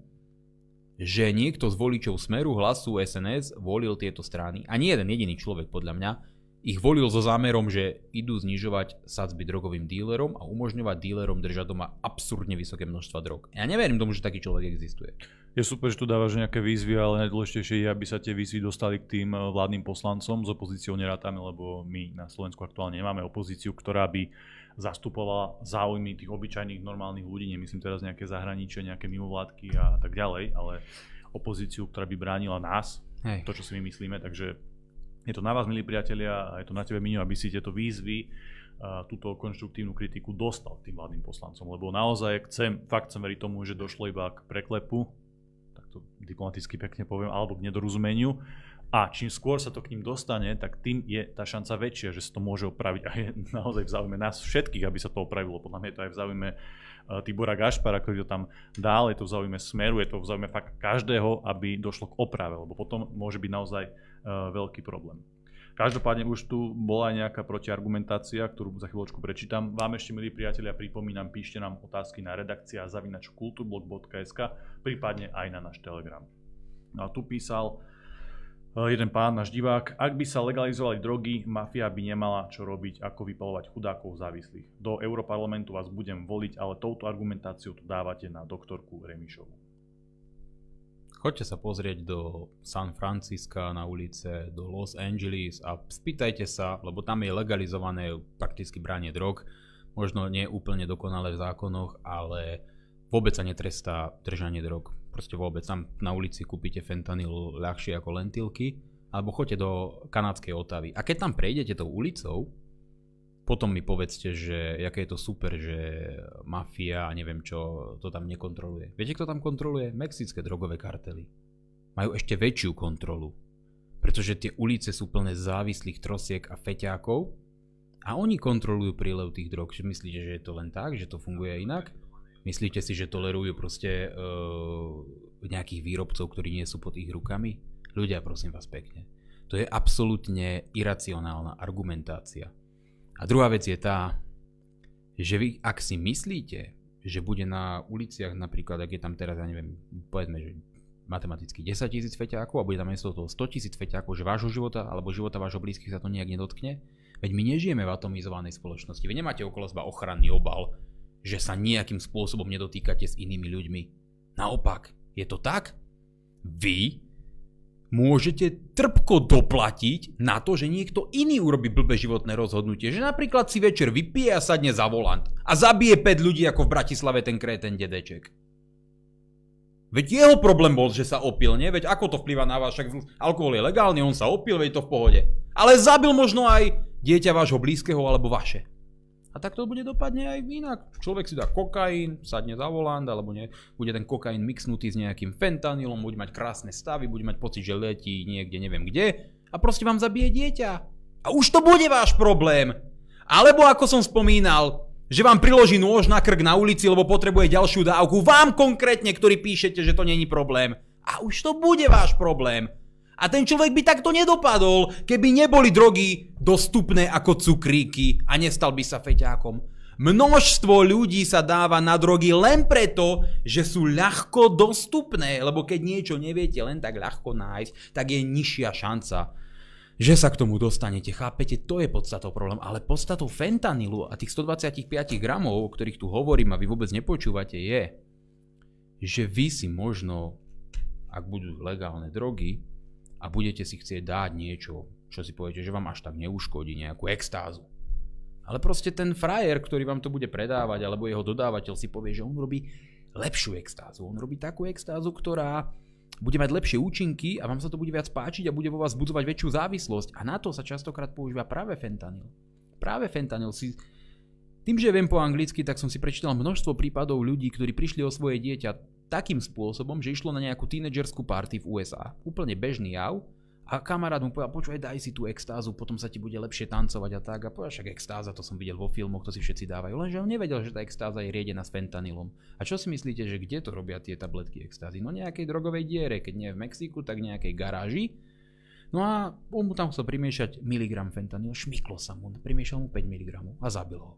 že niekto z voličov Smeru, Hlasu, SNS volil tieto strany. A nie jeden jediný človek, podľa mňa, ich volil so zámerom, že idú znižovať sadzby drogovým dílerom a umožňovať dílerom držať doma absurdne vysoké množstva drog. Ja neverím tomu, že taký človek existuje. Je super, že tu dávaš nejaké výzvy, ale najdôležitejšie je, aby sa tie výzvy dostali k tým vládnym poslancom. S opozíciou nerátame, lebo my na Slovensku aktuálne nemáme opozíciu, ktorá by zastupovala záujmy tých obyčajných normálnych ľudí. Nemyslím teraz nejaké zahraničie, nejaké mimovládky a tak ďalej, ale opozíciu, ktorá by bránila nás, to, čo si my myslíme. Takže je to na vás, milí priatelia, a je to na tebe, Miňo, aby si tieto výzvy, túto konštruktívnu kritiku dostal tým vládnym poslancom, lebo naozaj chcem veriť tomu, že došlo iba k preklepu, tak to diplomaticky pekne poviem, alebo k nedorozumeniu. A čím skôr sa to k ním dostane, tak tým je tá šanca väčšia, že sa to môže opraviť. A je naozaj v záujme nás všetkých, aby sa to opravilo. Podľa mňa je to aj v záujme Tibora Gašpara, ktorý to tam dal, je to v záujme Smeru, je to v záujme fakt každého, aby došlo k oprave, lebo potom môže byť naozaj veľký problém. Každopádne už tu bola aj nejaká protiargumentácia, ktorú za chvíľočku prečítam. Vám ešte, milí priatelia, pripomínam, píšte nám otázky na redakcia@kulturblog.sk, prípadne aj na náš Telegram. No a tu písal jeden pán, náš divák, ak by sa legalizovali drogy, mafia by nemala čo robiť, ako vypalovať chudákov závislých. Do Europarlamentu vás budem voliť, ale touto argumentáciou tu dávate na doktorku Remišovu. Choďte sa pozrieť do San Francisca na ulice, do Los Angeles a spýtajte sa, lebo tam je legalizované prakticky branie drog, možno nie úplne dokonale v zákonoch, ale vôbec sa netrestá držanie drog. Proste vôbec. Tam na ulici kúpite fentanyl ľahšie ako lentilky alebo choďte do kanadskej Ottavy. A keď tam prejdete tou ulicou, potom mi povedzte, že aké je to super, že mafia a neviem čo to tam nekontroluje. Viete, kto tam kontroluje? Mexické drogové kartely. Majú ešte väčšiu kontrolu. Pretože tie ulice sú plné závislých trosiek a feťákov a oni kontrolujú prílev tých drog. Myslíte, že je to len tak, že to funguje inak? Myslíte si, že tolerujú proste nejakých výrobcov, ktorí nie sú pod ich rukami? Ľudia, prosím vás pekne. To je absolútne iracionálna argumentácia. A druhá vec je tá, že vy, ak si myslíte, že bude na uliciach napríklad, ak je tam teraz, ja neviem, povedzme, že matematicky 10 000 feťákov a bude tam miesto toho 100 000 feťákov, že vášho života alebo života vášho blízkych sa to nejak nedotkne. Veď my nežijeme v atomizovanej spoločnosti. Vy nemáte okolo seba ochranný obal, že sa nejakým spôsobom nedotýkate s inými ľuďmi. Naopak, je to tak? Vy môžete trpko doplatiť na to, že niekto iný urobí blbé životné rozhodnutie. Že napríklad si večer vypije a sadne za volant a zabije 5 ľudí ako v Bratislave ten kréten dedeček. Veď jeho problém bol, že sa opil, nie? Veď ako to vplyvá na vás? Však alkohol je legálny, on sa opil, veď to v pohode. Ale zabil možno aj dieťa vášho blízkeho alebo vaše. A tak to bude dopadne aj inak. Človek si dá kokain, sadne za volant, alebo nie, bude ten kokain mixnutý s nejakým fentanylom, bude mať krásne stavy, bude mať pocit, že letí niekde neviem kde a proste vám zabije dieťa. A už to bude váš problém. Alebo ako som spomínal, že vám priloží nôž na krk na ulici, lebo potrebuje ďalšiu dávku. Vám konkrétne, ktorý píšete, že to není problém. A už to bude váš problém. A ten človek by takto nedopadol, keby neboli drogy dostupné ako cukríky a nestal by sa feťákom. Množstvo ľudí sa dáva na drogy len preto, že sú ľahko dostupné, lebo keď niečo neviete len tak ľahko nájsť, tak je nižšia šanca, že sa k tomu dostanete. Chápete? To je podstatou problém. Ale podstatou fentanylu a tých 125 gramov, o ktorých tu hovorím a vy vôbec nepočúvate, je, že vy si možno, ak budú legálne drogy, a budete si chcieť dať niečo, čo si poviete, že vám až tak neuškodí, nejakú extázu. Ale proste ten frajer, ktorý vám to bude predávať, alebo jeho dodávateľ si povie, že on robí lepšiu extázu. On robí takú extázu, ktorá bude mať lepšie účinky a vám sa to bude viac páčiť a bude vo vás budovať väčšiu závislosť. A na to sa častokrát používa práve fentanyl. Práve fentanyl si... Tým, že viem po anglicky, tak som si prečítal množstvo prípadov ľudí, ktorí prišli o svoje dieťa takým spôsobom, že išlo na nejakú tínedžerskú party v USA. Úplne bežný jav. A kamarát mu povedal, počúvaj, daj si tú extázu, potom sa ti bude lepšie tancovať a tak. A povedal, však extáza, to som videl vo filmoch, to si všetci dávajú. Lenže on nevedel, že tá extáza je riedená s fentanylom. A čo si myslíte, že kde to robia tie tabletky extázy? No nejakej drogovej diere, keď nie v Mexiku, tak nejakej garáži. No a on mu tam chcel primiešať miligram fentanyl, šmyklo sa mu, primiešal mu 5 mg a zabil ho.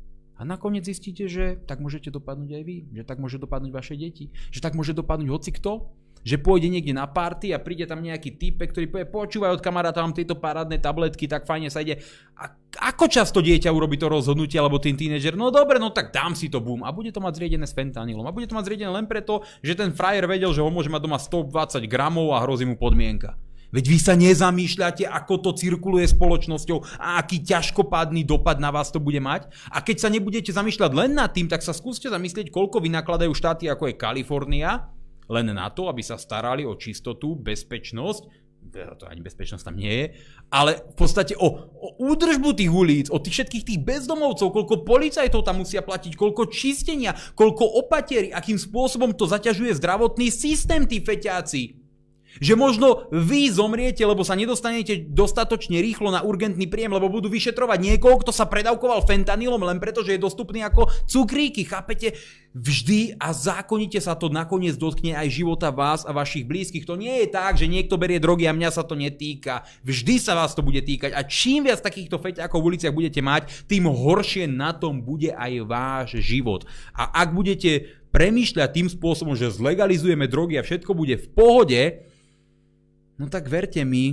A nakoniec zistíte, že tak môžete dopadnúť aj vy, že tak môže dopadnúť vaše deti, že tak môže dopadnúť hocikto, že pôjde niekde na party a príde tam nejaký typek, ktorý povie, počúvaj od kamaráta, mám tieto parádne tabletky, tak fajne sa ide. A ako často dieťa urobí to rozhodnutie, alebo ten tínedžer, no dobre, no tak dám si to, bum, a bude to mať zriedené s fentanylom. A bude to mať zriedené len preto, že ten frajer vedel, že on môže mať doma 120 gramov a hrozí mu podmienka. Veď vy sa nezamýšľate, ako to cirkuluje spoločnosťou a aký ťažkopádny dopad na vás to bude mať. A keď sa nebudete zamýšľať len nad tým, tak sa skúste zamyslieť, koľko vynakladajú štáty ako je Kalifornia, len na to, aby sa starali o čistotu, bezpečnosť, to ani bezpečnosť tam nie je, ale v podstate o údržbu tých ulic, o tých všetkých tých bezdomovcov, koľko policajtov tam musia platiť, koľko čistenia, koľko opatierí, akým spôsobom to zaťažuje zdravotný systém, tí feťáci. Že možno vy zomriete, lebo sa nedostanete dostatočne rýchlo na urgentný príjem, lebo budú vyšetrovať niekoho, kto sa predávkoval fentanylom len preto, že je dostupný ako cukríky. Chápete? Vždy a zákonite sa to nakoniec dotkne aj života vás a vašich blízkych. To nie je tak, že niekto berie drogy a mňa sa to netýka. Vždy sa vás to bude týkať. A čím viac takýchto feťákov v uliciach budete mať, tým horšie na tom bude aj váš život. A ak budete premýšľať tým spôsobom, že zlegalizujeme drogy a všetko bude v pohode, no tak verte mi,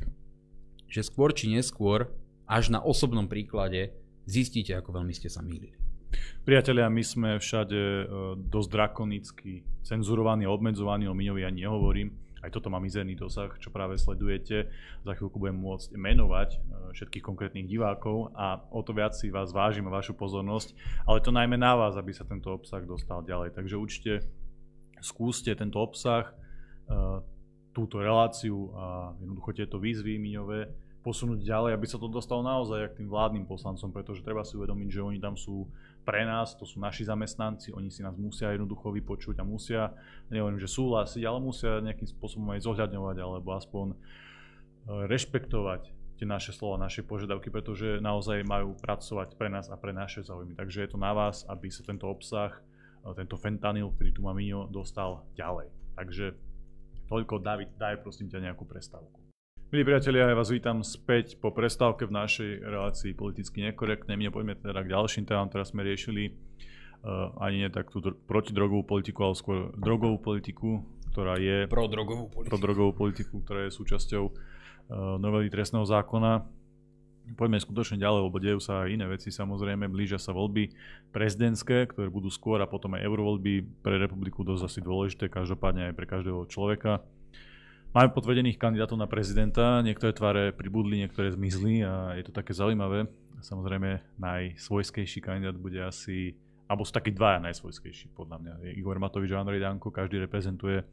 že skôr či neskôr, až na osobnom príklade, zistíte, ako veľmi ste sa mýlili. Priatelia, my sme všade dosť drakonicky cenzurovaní a obmedzovaní, o Miňovi ani nehovorím. Aj toto má mizerný dosah, čo práve sledujete. Za chvíľku budem môcť menovať všetkých konkrétnych divákov a o to viac si vás vážim a vašu pozornosť, ale to najmä na vás, aby sa tento obsah dostal ďalej. Takže určite skúste tento obsah túto reláciu a jednoducho tieto výzvy miňové posunúť ďalej, aby sa to dostalo naozaj k tým vládnym poslancom, pretože treba si uvedomiť, že oni tam sú pre nás, to sú naši zamestnanci, oni si nás musia jednoducho vypočuť a musia, neviem, že súhlasiť, ale musia nejakým spôsobom aj zohľadňovať alebo aspoň rešpektovať tie naše slova, naše požiadavky, pretože naozaj majú pracovať pre nás a pre naše záujmy. Takže je to na vás, aby sa tento obsah, tento fentanyl, ktorý tu má Miňo, dostal ďalej. Takže toľko, David, daj prosím ťa nejakú prestávku. Milí priatelia, ja vás vítam späť po prestávke v našej relácii Politicky nekorektné. My poďme teda k ďalším témam, teraz sme riešili ani nie tak tú protidrogovú politiku, ale skôr drogovú politiku, ktorá je prodrogovú politiku, ktorá je súčasťou novely trestného zákona. Poďme skutočne ďalej, lebo dejú sa aj iné veci, samozrejme, blížia sa voľby prezidentské, ktoré budú skôr a potom aj eurovoľby, pre republiku dosť asi dôležité, každopádne aj pre každého človeka. Máme potvrdených kandidátov na prezidenta, niektoré tváre pribudli, niektoré zmizli a je to také zaujímavé. Samozrejme, najsvojskejší kandidát bude asi, alebo sú takí dvaja najsvojskejší podľa mňa. Je Igor Matovič a Andrej Danko, každý reprezentuje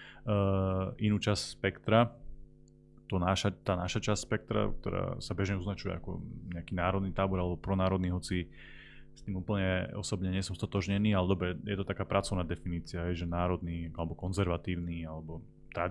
inú časť spektra. Tá naša časť spektra, ktorá sa bežne označuje ako nejaký národný tábor alebo pronárodný, hoci s tým úplne osobne nie som stotožnený, ale dobre, je to taká pracovná definícia, že národný alebo konzervatívny alebo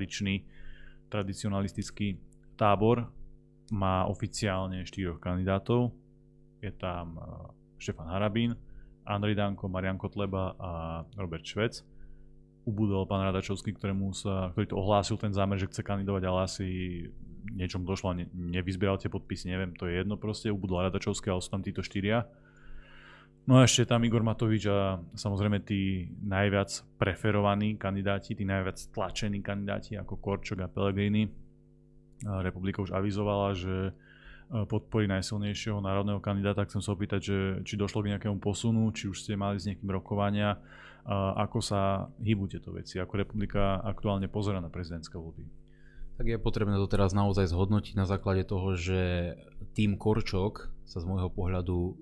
tradicionalistický tábor má oficiálne 4 kandidátov. Je tam Štefan Harabín, Andrej Danko, Marian Kotleba a Robert Švec. Ubudol pán Radačovský, ktorý to ohlásil ten zámer, že chce kandidovať, ale asi niečom došlo a nevyzbieral tie podpisy, neviem, to je jedno proste. Ubudol Radačovský, ale sú tam títo 4. No a ešte tam Igor Matovič a samozrejme tí najviac preferovaní kandidáti, tí najviac tlačení kandidáti ako Korčok a Pellegrini. Republika už avizovala, že podporí najsilnejšieho národného kandidáta. Chcem sa opýtať, že či došlo k nejakému posunu, či už ste mali s niekým rokovania, ako sa hýbu tieto veci, ako republika aktuálne pozerá na prezidentské voľby. Tak je potrebné to teraz naozaj zhodnotiť na základe toho, že tým Korčok sa z môjho pohľadu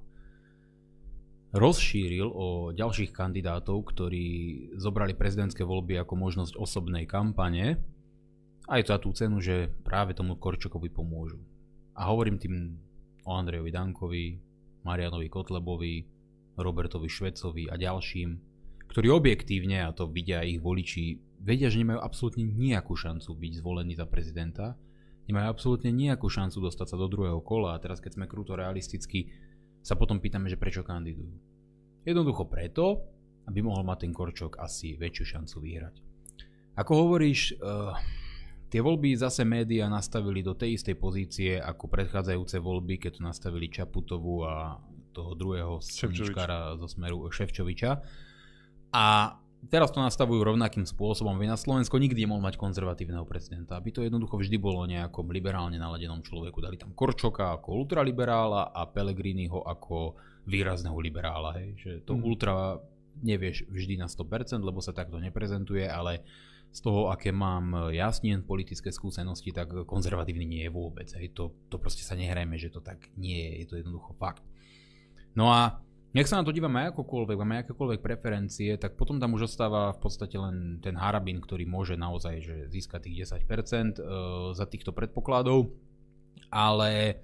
rozšíril o ďalších kandidátov, ktorí zobrali prezidentské voľby ako možnosť osobnej kampane, aj za tú cenu, že práve tomu Korčokovi pomôžu. A hovorím tým o Andrejovi Dankovi, Marianovi Kotlebovi, Robertovi Švecovi a ďalším, ktorí objektívne, a to vidia ich voliči, vedia, že nemajú absolútne nejakú šancu byť zvolení za prezidenta, nemajú absolútne nejakú šancu dostať sa do druhého kola a teraz keď sme kruto realisticky, sa potom pýtame, že prečo kandidujú. Jednoducho preto, aby mohol mať ten Korčok asi väčšiu šancu vyhrať. Ako hovoríš, tie voľby zase médiá nastavili do tej istej pozície ako predchádzajúce voľby, keď to nastavili Čaputovu a toho druhého slničkára zo Smeru Šefčoviča. A teraz to nastavujú rovnakým spôsobom. Na Slovensko nikdy nemohol mať konzervatívneho prezidenta. Aby to jednoducho vždy bolo nejakom liberálne naladenom človeku. Dali tam Korčoka ako ultraliberála a Pellegriniho ako výrazného liberála. Hej. Že to ultra nevieš vždy na 100%, lebo sa takto neprezentuje, ale z toho, aké mám jasne politické skúsenosti, tak konzervatívny nie je vôbec. Hej. To proste sa nehrajme, že to tak nie je. Je to jednoducho fakt. No a nech sa na to dívame akokoľvek, máme akékoľvek preferencie, tak potom tam už ostáva v podstate len ten Harabin, ktorý môže naozaj že získať tých 10% za týchto predpokladov. Ale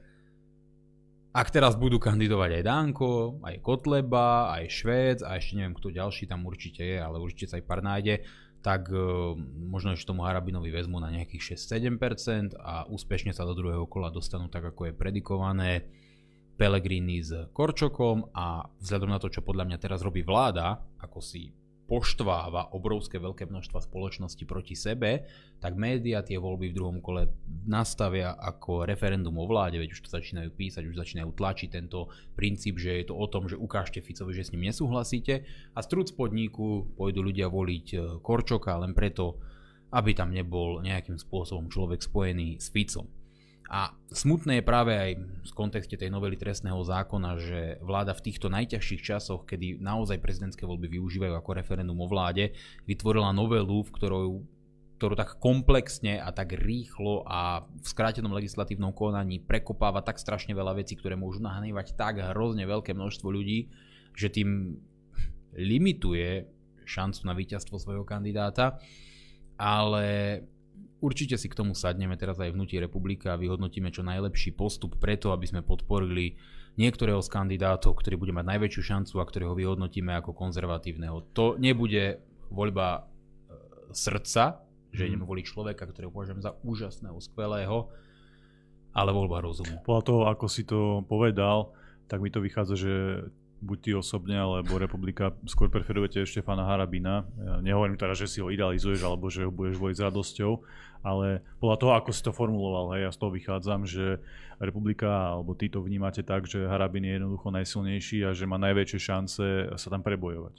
ak teraz budú kandidovať aj Danko, aj Kotleba, aj Švec a ešte neviem kto ďalší tam určite je, ale určite sa aj pár nájde, tak možno ešte tomu Harabinovi vezmu na nejakých 6-7% a úspešne sa do druhého kola dostanú tak, ako je predikované, Pellegrini s Korčokom a vzhľadom na to, čo podľa mňa teraz robí vláda, ako si poštváva obrovské veľké množstva spoločnosti proti sebe, tak médiá tie voľby v druhom kole nastavia ako referendum o vláde, veď už to začínajú písať, už začínajú tlačiť tento princíp, že je to o tom, že ukážte Ficovi, že s ním nesúhlasíte a z trúc podniku pôjdu ľudia voliť Korčoka len preto, aby tam nebol nejakým spôsobom človek spojený s Ficom. A smutné je práve aj v kontexte tej novely trestného zákona, že vláda v týchto najťažších časoch, kedy naozaj prezidentské voľby využívajú ako referendum o vláde, vytvorila novelu, ktorú tak komplexne a tak rýchlo a v skrátenom legislatívnom konaní prekopáva tak strašne veľa vecí, ktoré môžu nahnevať tak hrozne veľké množstvo ľudí, že tým limituje šancu na víťazstvo svojho kandidáta. Ale určite si k tomu sadneme teraz aj v Hnutí Republika a vyhodnotíme čo najlepší postup preto, aby sme podporili niektorého z kandidátov, ktorý bude mať najväčšiu šancu a ktorého vyhodnotíme ako konzervatívneho. To nebude voľba srdca, že ideme voliť človeka, ktorého považujem za úžasného, skvelého, ale voľba rozumu. Podľa toho, ako si to povedal, tak mi to vychádza, že buď ty osobne, alebo Republika skôr preferujete Štefana Harabina. Ja nehovorím teda, že si ho idealizuješ, alebo že ho budeš voliť s radosťou, ale podľa toho, ako si to formuloval, hej, ja z toho vychádzam, že Republika, alebo ty to vnímate tak, že Harabin je jednoducho najsilnejší a že má najväčšie šance sa tam prebojovať.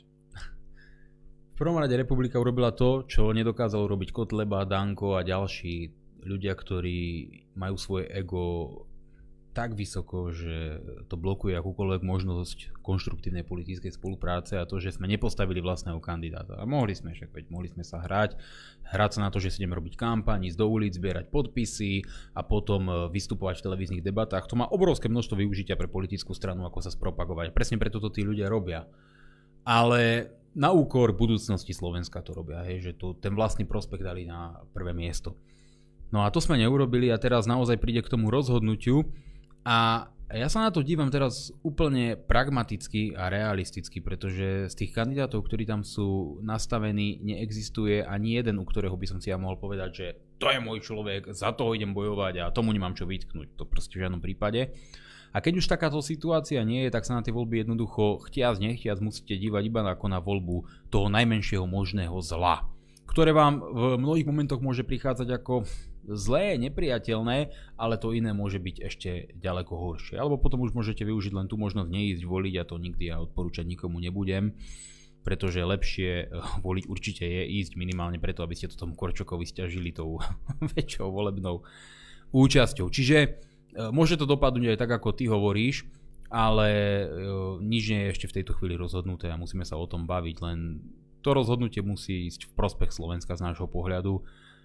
V prvom rade Republika urobila to, čo nedokázal urobiť Kotleba, Danko a ďalší ľudia, ktorí majú svoje ego tak vysoko, že to blokuje akúkoľvek možnosť konštruktívnej politickej spolupráce a to, že sme nepostavili vlastného kandidáta. A mohli sme sa hrať sa na to, že si ideme robiť kampaň, ísť do ulic, zbierať podpisy a potom vystupovať v televíznych debatách. To má obrovské množstvo využitia pre politickú stranu, ako sa spropagovať. Presne preto to tí ľudia robia. Ale na úkor budúcnosti Slovenska to robia, hej, že ten vlastný prospekt dali na prvé miesto. No a to sme neurobili a teraz naozaj príde k tomu rozhodnutiu. A ja sa na to dívam teraz úplne pragmaticky a realisticky, pretože z tých kandidátov, ktorí tam sú nastavení, neexistuje ani jeden, u ktorého by som si ja mohol povedať, že to je môj človek, za toho idem bojovať a tomu nemám čo vytknúť. To proste v žiadnom prípade. A keď už takáto situácia nie je, tak sa na tie voľby jednoducho chtiac nechtiac musíte dívať iba ako na voľbu toho najmenšieho možného zla, ktoré vám v mnohých momentoch môže prichádzať ako zlé, nepriateľné, ale to iné môže byť ešte ďaleko horšie. Alebo potom už môžete využiť len tú možnosť neísť voliť a to nikdy ja odporúčať nikomu nebudem, pretože lepšie voliť určite je ísť minimálne preto, aby ste to tomu Korčokovi sťažili tou väčšou volebnou účasťou. Čiže môže to dopadnúť aj tak, ako ty hovoríš, ale nič nie je ešte v tejto chvíli rozhodnuté a musíme sa o tom baviť, len to rozhodnutie musí ísť v prospech Slovenska z nášho pohľadu.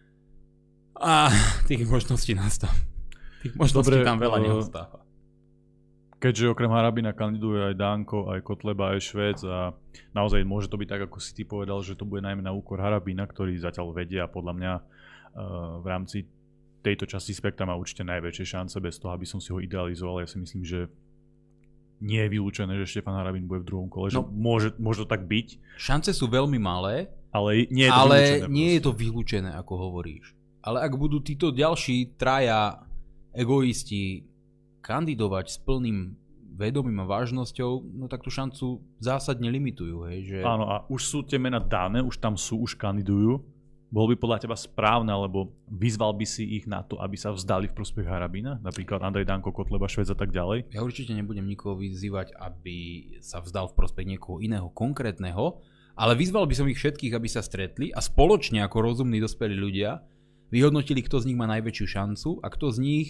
A tých možností nastáva. Tých možností tam veľa neostáva. Keďže okrem Harabina kandiduje aj Danko, aj Kotleba, aj Švéc a naozaj môže to byť tak, ako si ty povedal, že to bude najmä na úkor Harabina, ktorý zatiaľ vedia a podľa mňa v rámci tejto časti spektra má určite najväčšie šance bez toho, aby som si ho idealizoval. Ja si myslím, že nie je vylúčené, že Štefan Harabin bude v druhom kole. No, môže to tak byť. Šance sú veľmi malé, ale nie je to vylúčené, ako hovoríš. Ale ak budú títo ďalší traja egoisti kandidovať s plným vedomím a vážnosťou, no tak tú šancu zásadne limitujú. Hej, že... Áno, a už sú tie mená dané, už tam sú, už kandidujú. Bolo by podľa teba správne, alebo vyzval by si ich na to, aby sa vzdali v prospech Harabina? Napríklad Andrej Danko, Kotleba, Švéc a tak ďalej? Ja určite nebudem nikoho vyzývať, aby sa vzdal v prospech niekoho iného konkrétneho, ale vyzval by som ich všetkých, aby sa stretli a spoločne ako rozumní dospelí ľudia vyhodnotili, kto z nich má najväčšiu šancu a kto z nich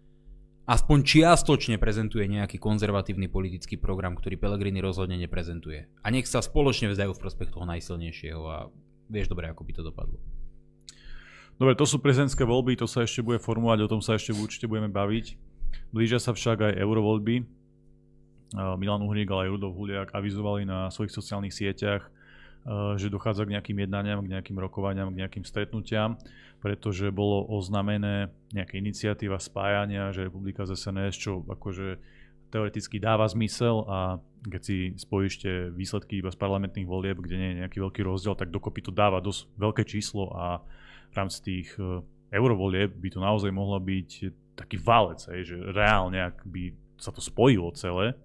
aspoň čiastočne prezentuje nejaký konzervatívny politický program, ktorý Pellegrini rozhodne neprezentuje. A nech sa spoločne vzdajú v prospech toho najsilnejšieho a vieš dobre, ako by to dopadlo. Dobre, to sú prezidentské voľby, to sa ešte bude formovať, o tom sa ešte určite budeme baviť. Blížia sa však aj eurovoľby. Milan Uhrík, ale aj Rudolf Huliak avizovali na svojich sociálnych sieťach, že dochádza k nejakým jednaniam, k nejakým rokovaniam, k nejakým stretnutiam, pretože bolo oznamené nejaká iniciatíva spájania, že Republika z SNS, čo akože teoreticky dáva zmysel a keď si spojíš tie výsledky iba z parlamentných volieb, kde nie je nejaký veľký rozdiel, tak dokopy to dáva dosť veľké číslo a v rámci tých eurovolieb by to naozaj mohlo byť taký valec, že reálne, ak by sa to spojilo celé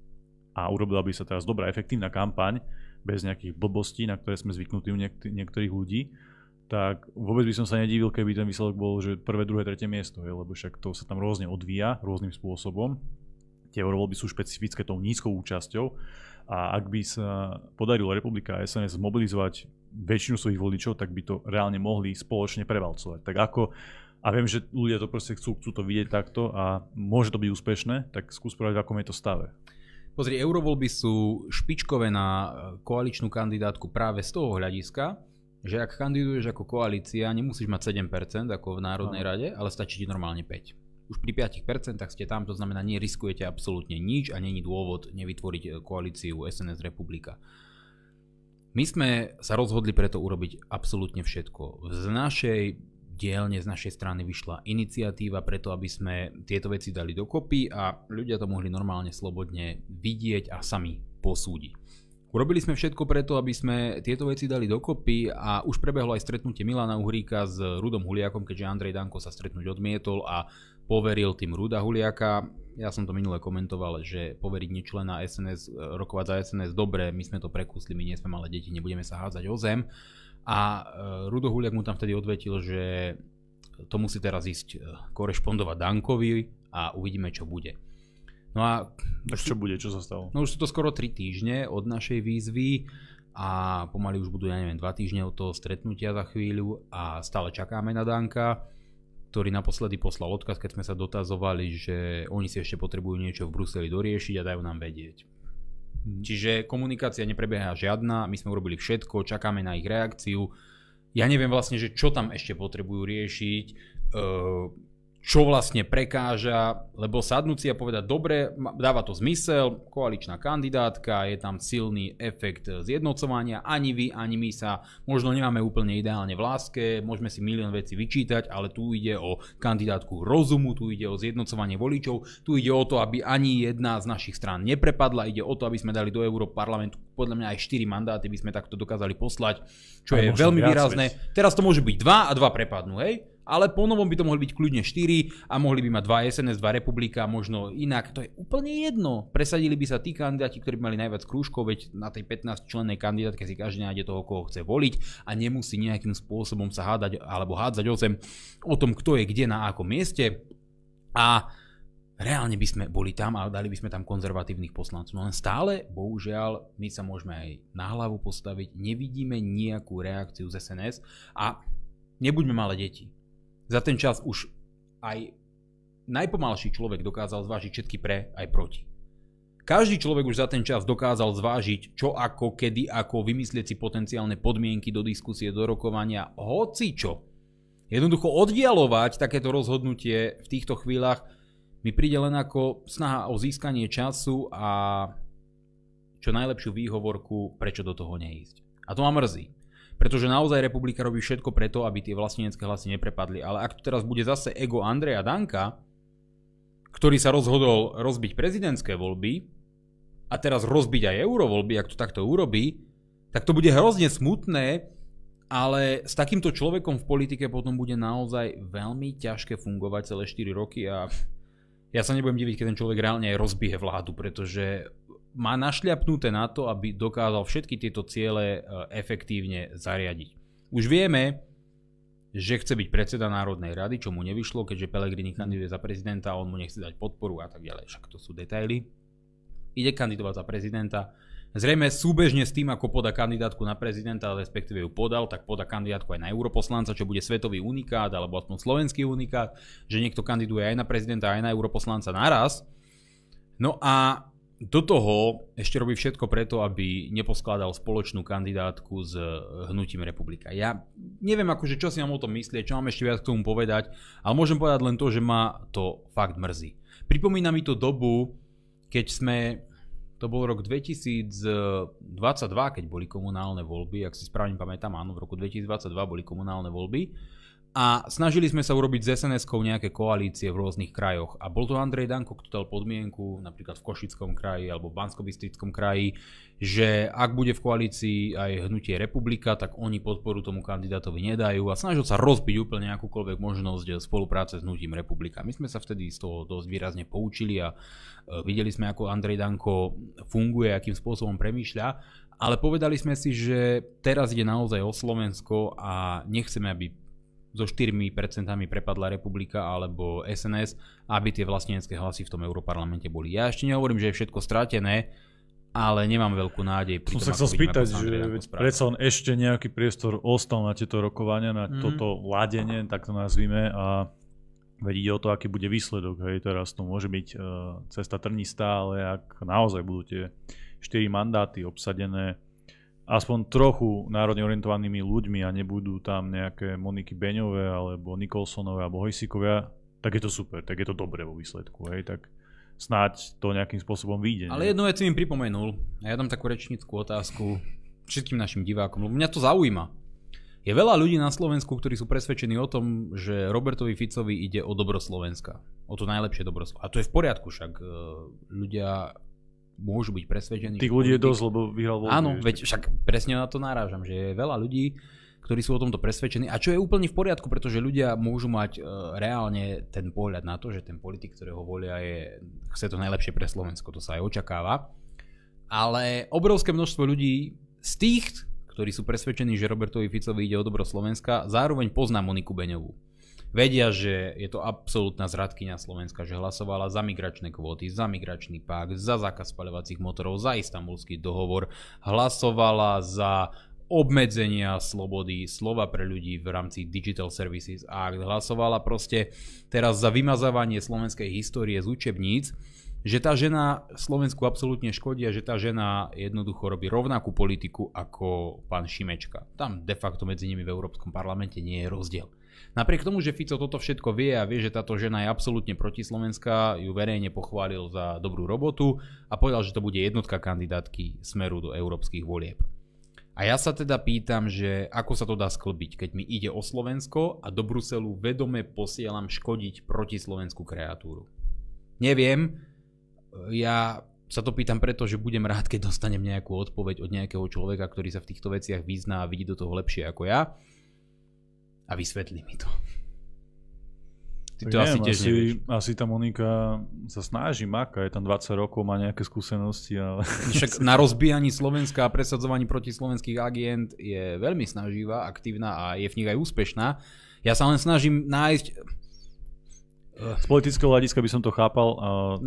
a urobila by sa teraz dobrá, efektívna kampaň, bez nejakých blbostí, na ktoré sme zvyknutí u niektorých ľudí, tak vôbec by som sa nedivil, keby ten výsledok bol, že prvé, druhé, tretie miesto, lebo však to sa tam rôzne odvíja, rôznym spôsobom. Tie eurovoľby sú špecifické tou nízkou účasťou a ak by sa podarilo Republika a SNS zmobilizovať väčšinu svojich voličov, tak by to reálne mohli spoločne prevalcovať. Tak ako, a viem, že ľudia to proste chcú to vidieť takto a môže to byť úspešné, tak skús povedať, v akom je to stave. Pozri, eurovoľby sú špičkové na koaličnú kandidátku práve z toho hľadiska, že ak kandiduješ ako koalícia, nemusíš mať 7% ako v Národnej rade, ale stačí ti normálne 5%. Už pri 5% ste tam, to znamená, neriskujete absolútne nič a není dôvod nevytvoriť koalíciu SNS Republika. My sme sa rozhodli preto urobiť absolútne všetko. Z našej dielne z našej strany vyšla iniciatíva preto, aby sme tieto veci dali dokopy a ľudia to mohli normálne slobodne vidieť a sami posúdiť. Urobili sme všetko preto, aby sme tieto veci dali dokopy a už prebehlo aj stretnutie Milana Uhríka s Rudom Huliakom, keďže Andrej Danko sa stretnúť odmietol a poveril tým Ruda Huliaka. Ja som to minule komentoval, že poveriť nečlena SNS, rokovať za SNS, dobre, my sme to prekúsli, my nie sme malé deti, nebudeme sa hádzať o zem. A Rudo Huliak mu tam vtedy odvetil, že to musí teraz ísť korešpondovať Dankovi a uvidíme, čo bude. No a tak čo bude, čo sa stalo? No už sú to skoro 3 týždne od našej výzvy a pomaly už budú, 2 týždne od toho stretnutia za chvíľu a stále čakáme na Danka, ktorý naposledy poslal odkaz, keď sme sa dotazovali, že oni si ešte potrebujú niečo v Bruseli doriešiť a dajú nám vedieť. Čiže komunikácia neprebieha žiadna, my sme urobili všetko, čakáme na ich reakciu. Ja neviem vlastne, že čo tam ešte potrebujú riešiť, čo vlastne prekáža, lebo sadnúť si a povedať, dobre, dáva to zmysel, koaličná kandidátka, je tam silný efekt zjednocovania, ani vy, ani my sa možno nemáme úplne ideálne v láske, môžeme si milión vecí vyčítať, ale tu ide o kandidátku rozumu, tu ide o zjednocovanie voličov, tu ide o to, aby ani jedna z našich strán neprepadla, ide o to, aby sme dali do Európarlamentu podľa mňa aj 4 mandáty by sme takto dokázali poslať, čo je veľmi výrazné. Teraz to môže byť 2 a 2 prepadnú, hej? Ale po novom by to mohli byť kľudne 4 a mohli by mať 2 SNS, 2 Republika, možno inak. To je úplne jedno. Presadili by sa tí kandidáti, ktorí by mali najviac krúžkov, veď na tej 15-člennej kandidátke si každý nájde toho, koho chce voliť a nemusí nejakým spôsobom sa hádať alebo hádzať o zem o tom, kto je kde na akom mieste. A reálne by sme boli tam a dali by sme tam konzervatívnych poslancov. No len stále, bohužiaľ, my sa môžeme aj na hlavu postaviť, nevidíme nejakú reakciu z SNS a nebuďme malé deti. Za ten čas už aj najpomalší človek dokázal zvážiť všetky pre aj proti. Každý človek už za ten čas dokázal zvážiť, čo ako, kedy ako, vymyslieť si potenciálne podmienky do diskusie, do rokovania, hocičo. Jednoducho oddialovať takéto rozhodnutie v týchto chvíľach mi príde len ako snaha o získanie času a čo najlepšiu výhovorku, prečo do toho neísť. A to ma mrzí. Pretože naozaj Republika robí všetko preto, aby tie vlastenecké hlasy neprepadli. Ale ak to teraz bude zase ego Andreja Danka, ktorý sa rozhodol rozbiť prezidentské voľby a teraz rozbiť aj eurovoľby, ak to takto urobí, tak to bude hrozne smutné, ale s takýmto človekom v politike potom bude naozaj veľmi ťažké fungovať celé 4 roky a ja sa nebudem diviť, keď ten človek reálne aj rozbije vládu, pretože má našľapnuté na to, aby dokázal všetky tieto ciele efektívne zariadiť. Už vieme, že chce byť predseda Národnej rady, čo mu nevyšlo, keďže Pellegrini kandiduje za prezidenta a on mu nechce dať podporu a tak ďalej. Však to sú detaily. Ide kandidovať za prezidenta. Zrejme súbežne s tým, ako podá kandidátku na prezidenta, respektíve ju podal, tak podá kandidátku aj na europoslanca, čo bude svetový unikát, alebo aspoň slovenský unikát, že niekto kandiduje aj na prezidenta, aj na europoslanca naraz. No a do toho ešte robí všetko preto, aby neposkladal spoločnú kandidátku s hnutím Republika. Ja neviem, akože čo si mám o tom myslieť, čo mám ešte viac k tomu povedať, ale môžem povedať len to, že ma to fakt mrzí. Pripomína mi to dobu, keď to bol rok 2022, keď boli komunálne voľby, ak si správne pamätám, áno, v roku 2022 boli komunálne voľby. A snažili sme sa urobiť z SNS-kou nejaké koalície v rôznych krajoch. A bol to Andrej Danko, kto dal podmienku, napríklad v Košickom kraji alebo v Banskobystrickom kraji, že ak bude v koalícii aj hnutie Republika, tak oni podporu tomu kandidátovi nedajú a snažil sa rozbiť úplne akúkoľvek možnosť spolupráce s hnutím Republika. My sme sa vtedy z toho dosť výrazne poučili a videli sme, ako Andrej Danko funguje, akým spôsobom premýšľa. Ale povedali sme si, že teraz ide naozaj o Slovensko a nechceme, aby so 4% prepadla Republika alebo SNS, aby tie vlastenecké hlasy v tom Europarlamente boli. Ja ešte nehovorím, že je všetko stratené, ale nemám veľkú nádej. Som sa chcel spýtať, že predsa len ešte nejaký priestor ostal na tieto rokovania, na toto ladenie, tak to nazvime, a veď ide o to, aký bude výsledok. Hej, teraz to môže byť cesta trnistá, ale ak naozaj budú tie 4 mandáty obsadené aspoň trochu národne orientovanými ľuďmi a nebudú tam nejaké Moniky Beňové alebo Nikolsonové alebo Hojsíkovia, tak je to super, tak je to dobré vo výsledku, hej, tak snáď to nejakým spôsobom vyjde. Ale jednu vec si mi pripomenul, a ja dám takú rečnícku otázku všetkým našim divákom, lebo mňa to zaujíma. Je veľa ľudí na Slovensku, ktorí sú presvedčení o tom, že Robertovi Ficovi ide o dobro Slovenska. O to najlepšie dobro Slovenska. A to je v poriadku, však ľudia môžu byť presvedčení. Tých ľudí je dosť, lebo vyhral voľby. Áno, veď však presne na to narážam, že je veľa ľudí, ktorí sú o tomto presvedčení. A čo je úplne v poriadku, pretože ľudia môžu mať reálne ten pohľad na to, že ten politik, ktorého volia, chce to najlepšie pre Slovensko. To sa aj očakáva. Ale obrovské množstvo ľudí z tých, ktorí sú presvedčení, že Robertovi Ficovi ide o dobro Slovenska, zároveň pozná Moniku Beňovú. Vedia, že je to absolútna zradkyňa Slovenska, že hlasovala za migračné kvóty, za migračný pakt, za zákaz spaľovacích motorov, za Istanbulský dohovor, hlasovala za obmedzenia slobody slova pre ľudí v rámci Digital Services Act, hlasovala proste teraz za vymazávanie slovenskej histórie z učebníc, že tá žena Slovensku absolútne škodí a že tá žena jednoducho robí rovnakú politiku ako pán Šimečka. Tam de facto medzi nimi v Európskom parlamente nie je rozdiel. Napriek tomu, že Fico toto všetko vie a vie, že táto žena je absolútne protislovenská, ju verejne pochválil za dobrú robotu a povedal, že to bude jednotka kandidátky Smeru do európskych volieb. A ja sa teda pýtam, že ako sa to dá sklbiť, keď mi ide o Slovensko a do Bruselu vedome posielam škodiť protislovenskú kreatúru. Neviem, ja sa to pýtam preto, že budem rád, keď dostanem nejakú odpoveď od nejakého človeka, ktorý sa v týchto veciach vyzná a vidí do toho lepšie ako ja a vysvetlí mi to. Ty to asi tiež nevieš. Asi tá Monika sa snaží, máka, je tam 20 rokov, má nejaké skúsenosti, ale... Však na rozbíjaní Slovenska a presadzovaní protislovenských agent je veľmi snaživá, aktívna a je v nich aj úspešná. Ja sa len snažím nájsť... Z politického hľadiska by som to chápal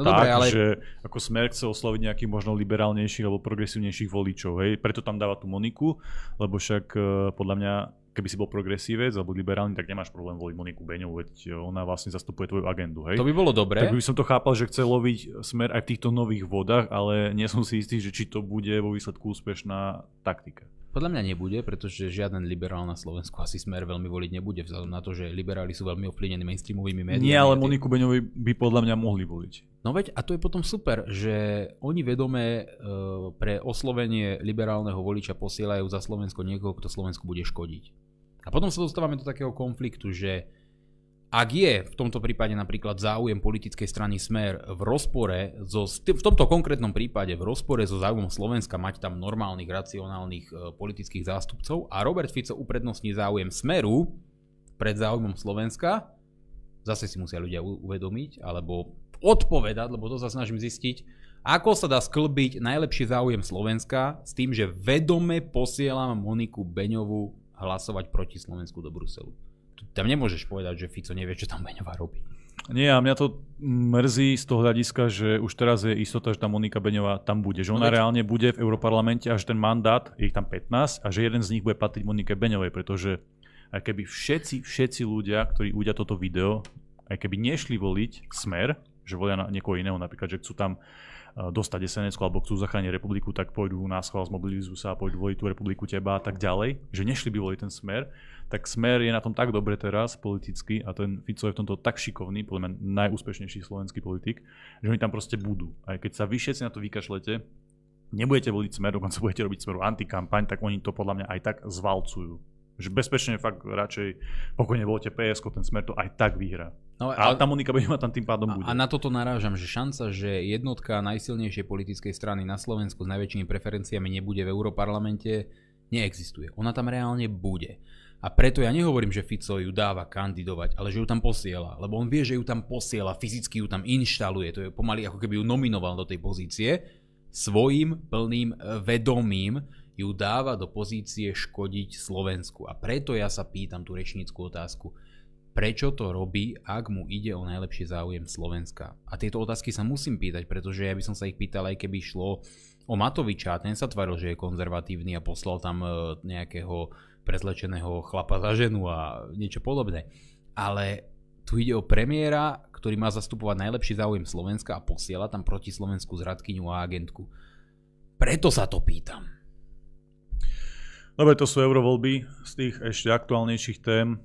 že ako Smer chce osloviť nejakých možno liberálnejších alebo progresívnejších voličov. Hej? Preto tam dáva tú Moniku, lebo však podľa mňa, keby si bol progresívec alebo liberálny, tak nemáš problém voliť Moniku Beňovú, veď ona vlastne zastupuje tvoju agendu. Hej? To by bolo dobré. Tak by som to chápal, že chce loviť Smer aj v týchto nových vodách, ale nie som si istý, že či to bude vo výsledku úspešná taktika. Podľa mňa nebude, pretože žiaden liberál na Slovensku asi Smer veľmi voliť nebude, vzhľadom na to, že liberáli sú veľmi ovplyvnení mainstreamovými médiami. Nie, ale Moniku Beňovej by podľa mňa mohli voliť. No veď, a to je potom super, že oni vedome pre oslovenie liberálneho voliča posielajú za Slovensko niekoho, kto Slovensku bude škodiť. A potom sa dostávame do takého konfliktu, že ak je v tomto prípade napríklad záujem politickej strany Smer v rozpore v tomto konkrétnom prípade v rozpore so záujmom Slovenska mať tam normálnych, racionálnych politických zástupcov a Robert Fico uprednostní záujem Smeru pred záujmom Slovenska, zase si musia ľudia uvedomiť alebo odpovedať, lebo to sa snažím zistiť, ako sa dá sklbiť najlepší záujem Slovenska s tým, že vedome posielam Moniku Beňovú hlasovať proti Slovensku do Bruselu. Tam nemôžeš povedať, že Fico nevie, čo tam Beňová robí. Nie, a mňa to mrzí z toho hľadiska, že už teraz je istota, že tá Monika Beňová tam bude. Že ona reálne bude v Europarlamente a že ten mandát, je ich tam 15, a že jeden z nich bude patriť Monike Beňovej, pretože aj keby všetci ľudia, ktorí uvidia toto video, aj keby nešli voliť Smer, že volia niekoho iného, napríklad, že chcú tam dostať SNS-ku alebo chcú zachrániť republiku, tak pôjdu na schvál, zmobilizujú sa a pôjdu voliť tú republiku teba a tak ďalej, že nešli by voliť ten Smer, tak Smer je na tom tak dobre teraz politicky a ten Fico je v tomto tak šikovný, podľa mňa najúspešnejší slovenský politik, že oni tam proste budú. Aj keď sa vy všetci na to vykašlete, nebudete voliť Smer, dokonca budete robiť Smeru antikampaň, tak oni to podľa mňa aj tak zvalcujú. Že bezpečne fakt radšej pokojne voľte PSK, ten Smer to aj tak vyhrá. No, a tá Monika Beňová tam tým pádom bude. A na toto narážam, že šanca, že jednotka najsilnejšej politickej strany na Slovensku s najväčšími preferenciami nebude v Europarlamente, neexistuje. Ona tam reálne bude. A preto ja nehovorím, že Fico ju dáva kandidovať, ale že ju tam posiela. Lebo on vie, že ju tam posiela, fyzicky ju tam inštaluje. To je pomaly ako keby ju nominoval do tej pozície. Svojím plným vedomím ju dáva do pozície škodiť Slovensku. A preto ja sa pýtam tú rečnícku otázku. Prečo to robí, ak mu ide o najlepší záujem Slovenska? A tieto otázky sa musím pýtať, pretože ja by som sa ich pýtal, aj keby šlo o Matoviča. Ten sa tváril, že je konzervatívny a poslal tam nejakého prezlečeného chlapa za ženu a niečo podobné. Ale tu ide o premiéra, ktorý má zastupovať najlepší záujem Slovenska a posiela tam proti Slovensku zradkyňu a agentku. Preto sa to pýtam. Dobre, to sú eurovoľby. Z tých ešte aktuálnejších tém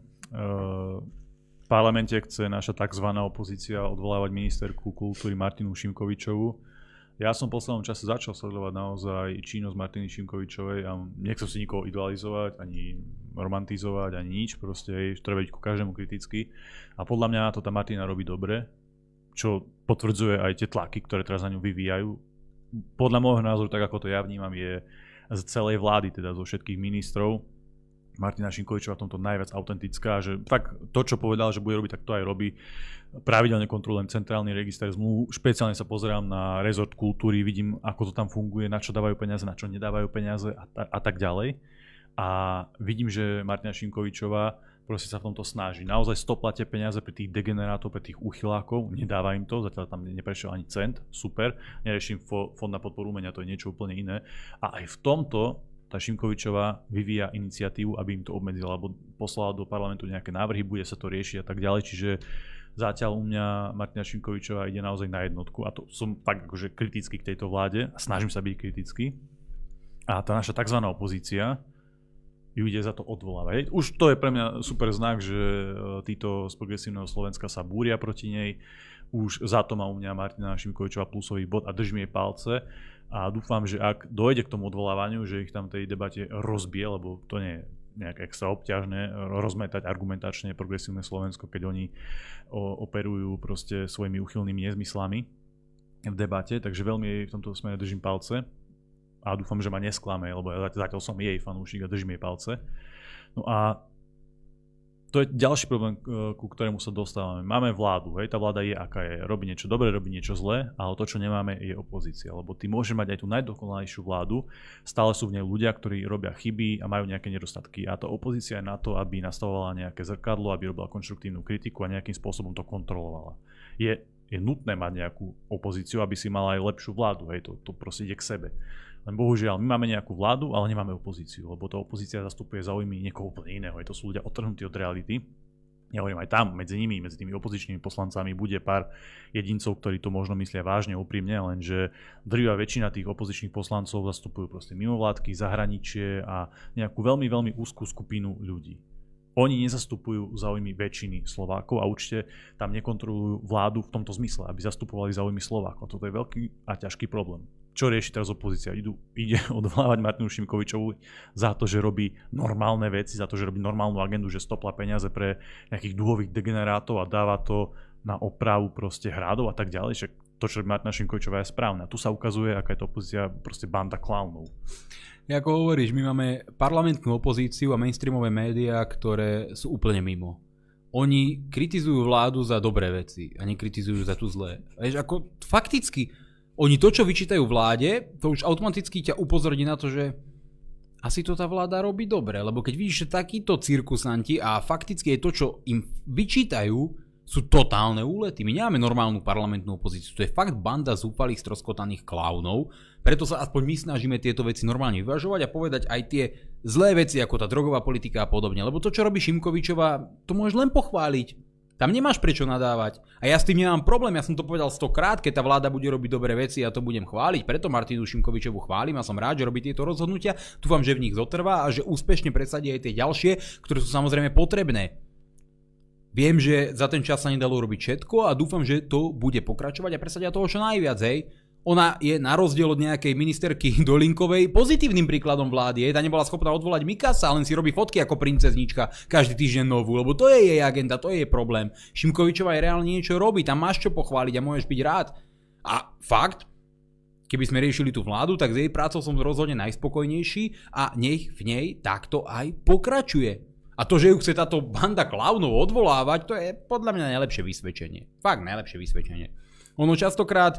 v parlamente chce naša tzv. Opozícia odvolávať ministerku kultúry Martinu Šimkovičovú Ja som v poslednom čase začal sledovať naozaj činnosť Martiny Šimkovičovej a nechcem si nikoho idealizovať, ani romantizovať, ani nič, proste treba byť ku každému kriticky. A podľa mňa to tá Martina robí dobre, čo potvrdzuje aj tie tlaky, ktoré teraz na ňu vyvíjajú. Podľa môjho názoru, tak ako to ja vnímam, je z celej vlády, teda zo všetkých ministrov, Martina Šimkovičová v tomto najviac autentická, že tak to, čo povedal, že bude robiť, tak to aj robí. Pravidelne kontrolujem centrálny register zmluv, špeciálne sa pozerám na rezort kultúry, vidím, ako to tam funguje, na čo dávajú peniaze, na čo nedávajú peniaze a tak ďalej. A vidím, že Martina Šimkovičová proste sa v tomto snaží. Naozaj stoplate peniaze pre tých degenerátov, pre tých uchylákov, nedáva im to, zatiaľ tam neprešiel ani cent, super. Neriešim fond na podporu umenia, to je niečo úplne iné. A aj v tomto tá Šimkovičová vyvíja iniciatívu, aby im to obmedzila, alebo poslala do parlamentu nejaké návrhy, bude sa to riešiť a tak ďalej. Čiže zatiaľ u mňa Martina Šimkovičová ide naozaj na jednotku a to som tak akože kritický k tejto vláde a snažím sa byť kritický. A tá naša tzv. Opozícia ju ide za to odvolávať. Už to je pre mňa super znak, že títo z Progresívneho Slovenska sa búria proti nej. Už za to má u mňa Martina Šimkovičová plusový bod a držím jej palce. A dúfam, že ak dojde k tomu odvolávaniu, že ich tam tej debate rozbije, lebo to nie je nejak extra obťažné rozmetať argumentačne Progresívne Slovensko, keď oni operujú proste svojimi úchylnými nezmyslami v debate. Takže veľmi jej v tomto smere držím palce. A dúfam, že ma nesklame, lebo ja zatiaľ som jej fanúšik a držím jej palce. No a to je ďalší problém, ku ktorému sa dostávame. Máme vládu, hej, tá vláda je aká je. Robí niečo dobré, robí niečo zlé, ale to, čo nemáme, je opozícia. Lebo ty môžeš mať aj tú najdokonalejšiu vládu, stále sú v nej ľudia, ktorí robia chyby a majú nejaké nedostatky. A tá opozícia je na to, aby nastavovala nejaké zrkadlo, aby robila konštruktívnu kritiku a nejakým spôsobom to kontrolovala. Je nutné mať nejakú opozíciu, aby si mala aj lepšiu vládu, hej, to proste ide k sebe. Len bohužiaľ, my máme nejakú vládu, ale nemáme opozíciu, lebo tá opozícia zastupuje záujmy niekoho úplne iného. To sú ľudia odtrhnutí od reality. Ja hovorím aj tam, medzi nimi, medzi tými opozičnými poslancami bude pár jedincov, ktorí to možno myslia vážne, úprimne, lenže drvivá väčšina tých opozičných poslancov zastupujú proste mimovládky, zahraničie a nejakú veľmi, veľmi úzkú skupinu ľudí. Oni nezastupujú záujmy väčšiny Slovákov a určite tam nekontrolujú vládu v tomto zmysle, aby zastupovali záujmy Slovákov. Toto je veľký a ťažký problém. Čo rieši teraz opozícia? Ide odvolávať Martinu Šimkovičovú za to, že robí normálne veci, za to, že robí normálnu agendu, že stopla peniaze pre nejakých dúhových degenerátov a dáva to na opravu proste hradov a tak ďalej. Však to, čo robí Martina Šimkovičová, je správne. A tu sa ukazuje, aká je to opozícia proste banda klaunov. Ako hovoríš, my máme parlamentnú opozíciu a mainstreamové médiá, ktoré sú úplne mimo. Oni kritizujú vládu za dobré veci a nekritizujú za tú zlé. Vieš, ako fakticky oni to, čo vyčítajú vláde, to už automaticky ťa upozorní na to, že asi to tá vláda robí dobre, lebo keď vidíš, že takíto cirkusanti a fakticky je to, čo im vyčítajú, sú totálne úlety. My nemáme normálnu parlamentnú opozíciu, to je fakt banda zúfalých stroskotaných klaunov, preto sa aspoň my snažíme tieto veci normálne vyvažovať a povedať aj tie zlé veci, ako tá drogová politika a podobne, lebo to, čo robí Šimkovičová, to môžeš len pochváliť. Tam nemáš prečo nadávať. A ja s tým nemám problém, ja som to povedal 100-krát, keď tá vláda bude robiť dobré veci, ja to budem chváliť, preto Martinu Šimkovičovu chválim a som rád, že robí tieto rozhodnutia. Dúfam, že v nich zotrvá a že úspešne presadí aj tie ďalšie, ktoré sú samozrejme potrebné. Viem, že za ten čas sa nedalo robiť všetko a dúfam, že to bude pokračovať a presadia toho čo najviac, hej. Ona je na rozdiel od nejakej ministerky Dolinkovej pozitívnym príkladom vlády. Tá nebola schopná odvolať Mikasa, len si robí fotky ako princeznička každý týždeň novú, lebo to je jej agenda, to je jej problém. Šimkovičová je reálne niečo robí, tam máš čo pochváliť a môžeš byť rád. A fakt, keby sme riešili tú vládu, tak s jej prácou som rozhodne najspokojnejší a nech v nej takto aj pokračuje. A to, že ju chce táto banda klaunov odvolávať, to je podľa mňa najlepšie vysvedčenie. Fakt najlepšie vysvedčenie. Ono častokrát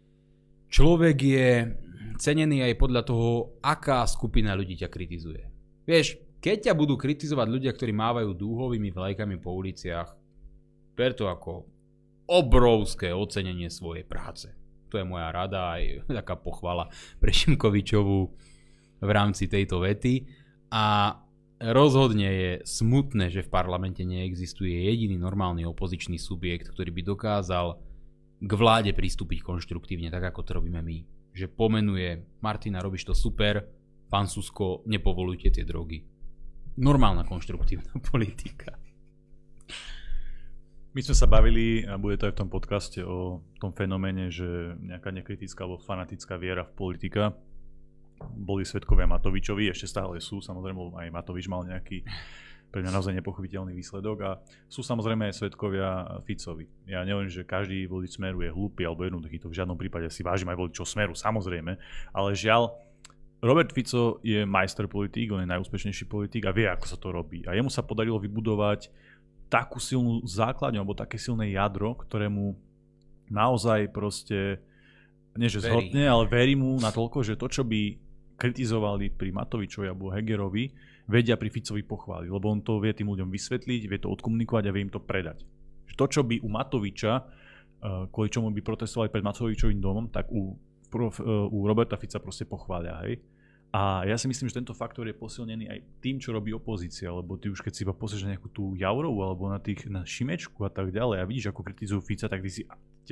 človek je cenený aj podľa toho, aká skupina ľudí ťa kritizuje. Vieš, keď ťa budú kritizovať ľudia, ktorí mávajú dúhovými vlajkami po uliciach, ber to ako obrovské ocenenie svojej práce. To je moja rada, aj taká pochvala pre Šimkovičovú v rámci tejto vety. A rozhodne je smutné, že v parlamente neexistuje jediný normálny opozičný subjekt, ktorý by dokázal k vláde pristúpiť konštruktívne, tak ako to robíme my. Že pomenuje: Martina, robíš to super, pán Susko, nepovolujte tie drogy. Normálna konštruktívna politika. My sme sa bavili, a bude to aj v tom podcaste, o tom fenoméne, že nejaká nekritická alebo fanatická viera v politika. Boli svedkovia Matovičovi, ešte stále sú, samozrejme, aj Matovič mal nejaký pre mňa naozaj nepochopiteľný výsledok a sú samozrejme aj svedkovia Ficovi. Ja neviem, že každý volič Smeru je hlúpy alebo jednoduchý, to v žiadnom prípade si vážim aj voličov Smeru, samozrejme, ale žiaľ, Robert Fico je majster politík, on je najúspešnejší politík a vie, ako sa to robí. A jemu sa podarilo vybudovať takú silnú základňu, alebo také silné jadro, ktorému naozaj proste, nie že zhodne, ale verí mu natoľko, že to, čo by kritizovali pri Matovičovi alebo Hegerovi, vedia pri Ficovi pochváliť, lebo on to vie tým ľuďom vysvetliť, vie to odkomunikovať a vie im to predať. To, čo by u Matoviča, kvôli čomu by protestovali pred Matovičovým domom, tak u Roberta Fica proste pochvália, hej. A ja si myslím, že tento faktor je posilnený aj tým, čo robí opozícia, lebo ty už keď si iba pozrieš na nejakú tú Jaurovu alebo na Šimečku a tak ďalej a vidíš, ako kritizujú Fica, tak ty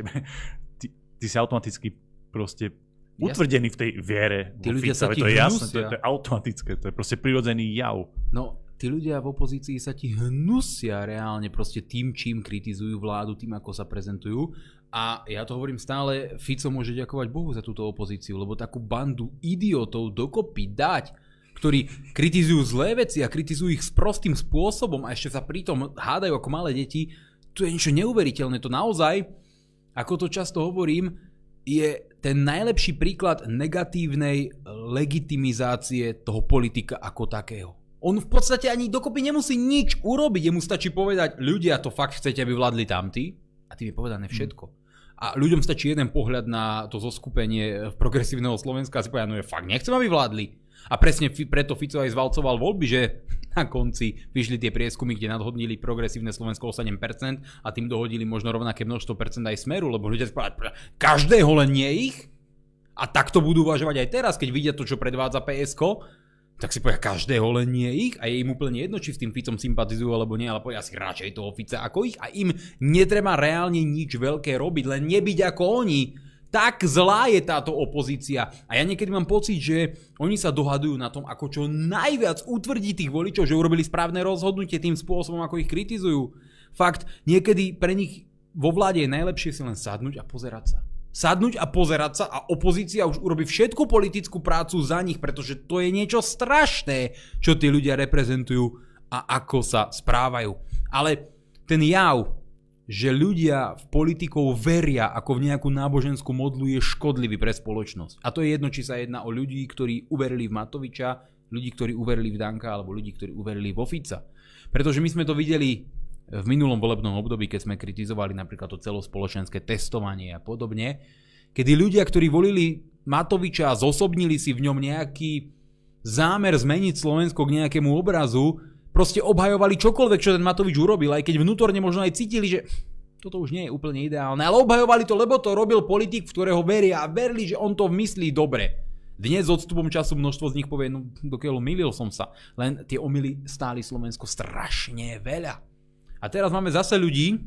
si automaticky proste utvrdený v tej viere vo Fica, to je jasné, to je automatické, to je proste prirodzený jav. No, tí ľudia v opozícii sa ti hnusia reálne proste tým, čím kritizujú vládu, tým, ako sa prezentujú. A ja to hovorím stále, Fico môže ďakovať Bohu za túto opozíciu, lebo takú bandu idiotov dokopy dať, ktorí kritizujú zlé veci a kritizujú ich sprostým spôsobom a ešte sa pritom hádajú ako malé deti, to je niečo neuveriteľné. To naozaj, ako to často hovorím, je ten najlepší príklad negatívnej legitimizácie toho politika ako takého. On v podstate ani dokopy nemusí nič urobiť, jemu stačí povedať, ľudia, to fakt chcete, aby vládli tamtí, a tým je povedané všetko. A ľuďom stačí jeden pohľad na to zoskupenie progresívneho Slovenska a si povedať, no je fakt, nechcem, aby vládli. A presne preto Fico aj zvalcoval voľby, že na konci vyšli tie prieskumy, kde nadhodnili progresívne Slovensko o 7% a tým dohodili možno rovnaké množstvo percent aj Smeru, lebo ľudia si povedali, každého len nie ich. A tak to budú uvažovať aj teraz, keď vidia to, čo predvádza PSK, tak si povedia, každého len nie ich a je im úplne jedno, či s tým Ficom sympatizujú alebo nie, ale povedia si radšej toho Fica ako ich a im netreba reálne nič veľké robiť, len nebyť ako oni. Tak zlá je táto opozícia. A ja niekedy mám pocit, že oni sa dohadujú na tom, ako čo najviac utvrdiť tých voličov, že urobili správne rozhodnutie tým spôsobom, ako ich kritizujú. Fakt, niekedy pre nich vo vláde je najlepšie si len sadnúť a pozerať sa. Sadnúť a pozerať sa a opozícia už urobí všetku politickú prácu za nich, pretože to je niečo strašné, čo tí ľudia reprezentujú a ako sa správajú. Ale ten jav, že ľudia v politikov veria ako v nejakú náboženskú modlu, je škodlivý pre spoločnosť. A to je jedno, či sa jedná o ľudí, ktorí uverili v Matoviča, ľudí, ktorí uverili v Danka, alebo ľudí, ktorí uverili vo Fica. Pretože my sme to videli v minulom volebnom období, keď sme kritizovali napríklad to celospoločenské testovanie a podobne, kedy ľudia, ktorí volili Matoviča a zosobnili si v ňom nejaký zámer zmeniť Slovensko k nejakému obrazu, proste obhajovali čokoľvek, čo ten Matovič urobil, aj keď vnútorne možno aj cítili, že toto už nie je úplne ideálne, ale obhajovali to, lebo to robil politik, v ktorého veria a verili, že on to myslí dobre. Dnes s odstupom času množstvo z nich povie, no dokiaľ mýlil som sa, len tie omyly stáli Slovensko strašne veľa. A teraz máme zase ľudí,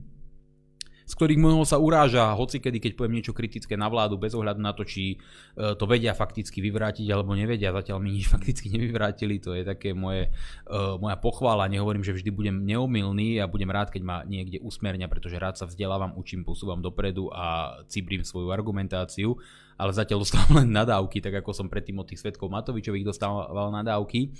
z ktorých mnoho sa uráža hocikedy, keď poviem niečo kritické na vládu, bez ohľadu na to, či to vedia fakticky vyvrátiť alebo nevedia. Zatiaľ mi nič fakticky nevyvrátili, to je také moja pochvála. Nehovorím, že vždy budem neomylný a budem rád, keď ma niekde usmernia, pretože rád sa vzdelávam, učím, posúvam dopredu a cibrím svoju argumentáciu, ale zatiaľ dostávam len nadávky, tak ako som predtým od tých svedkov Matovičových dostával nadávky.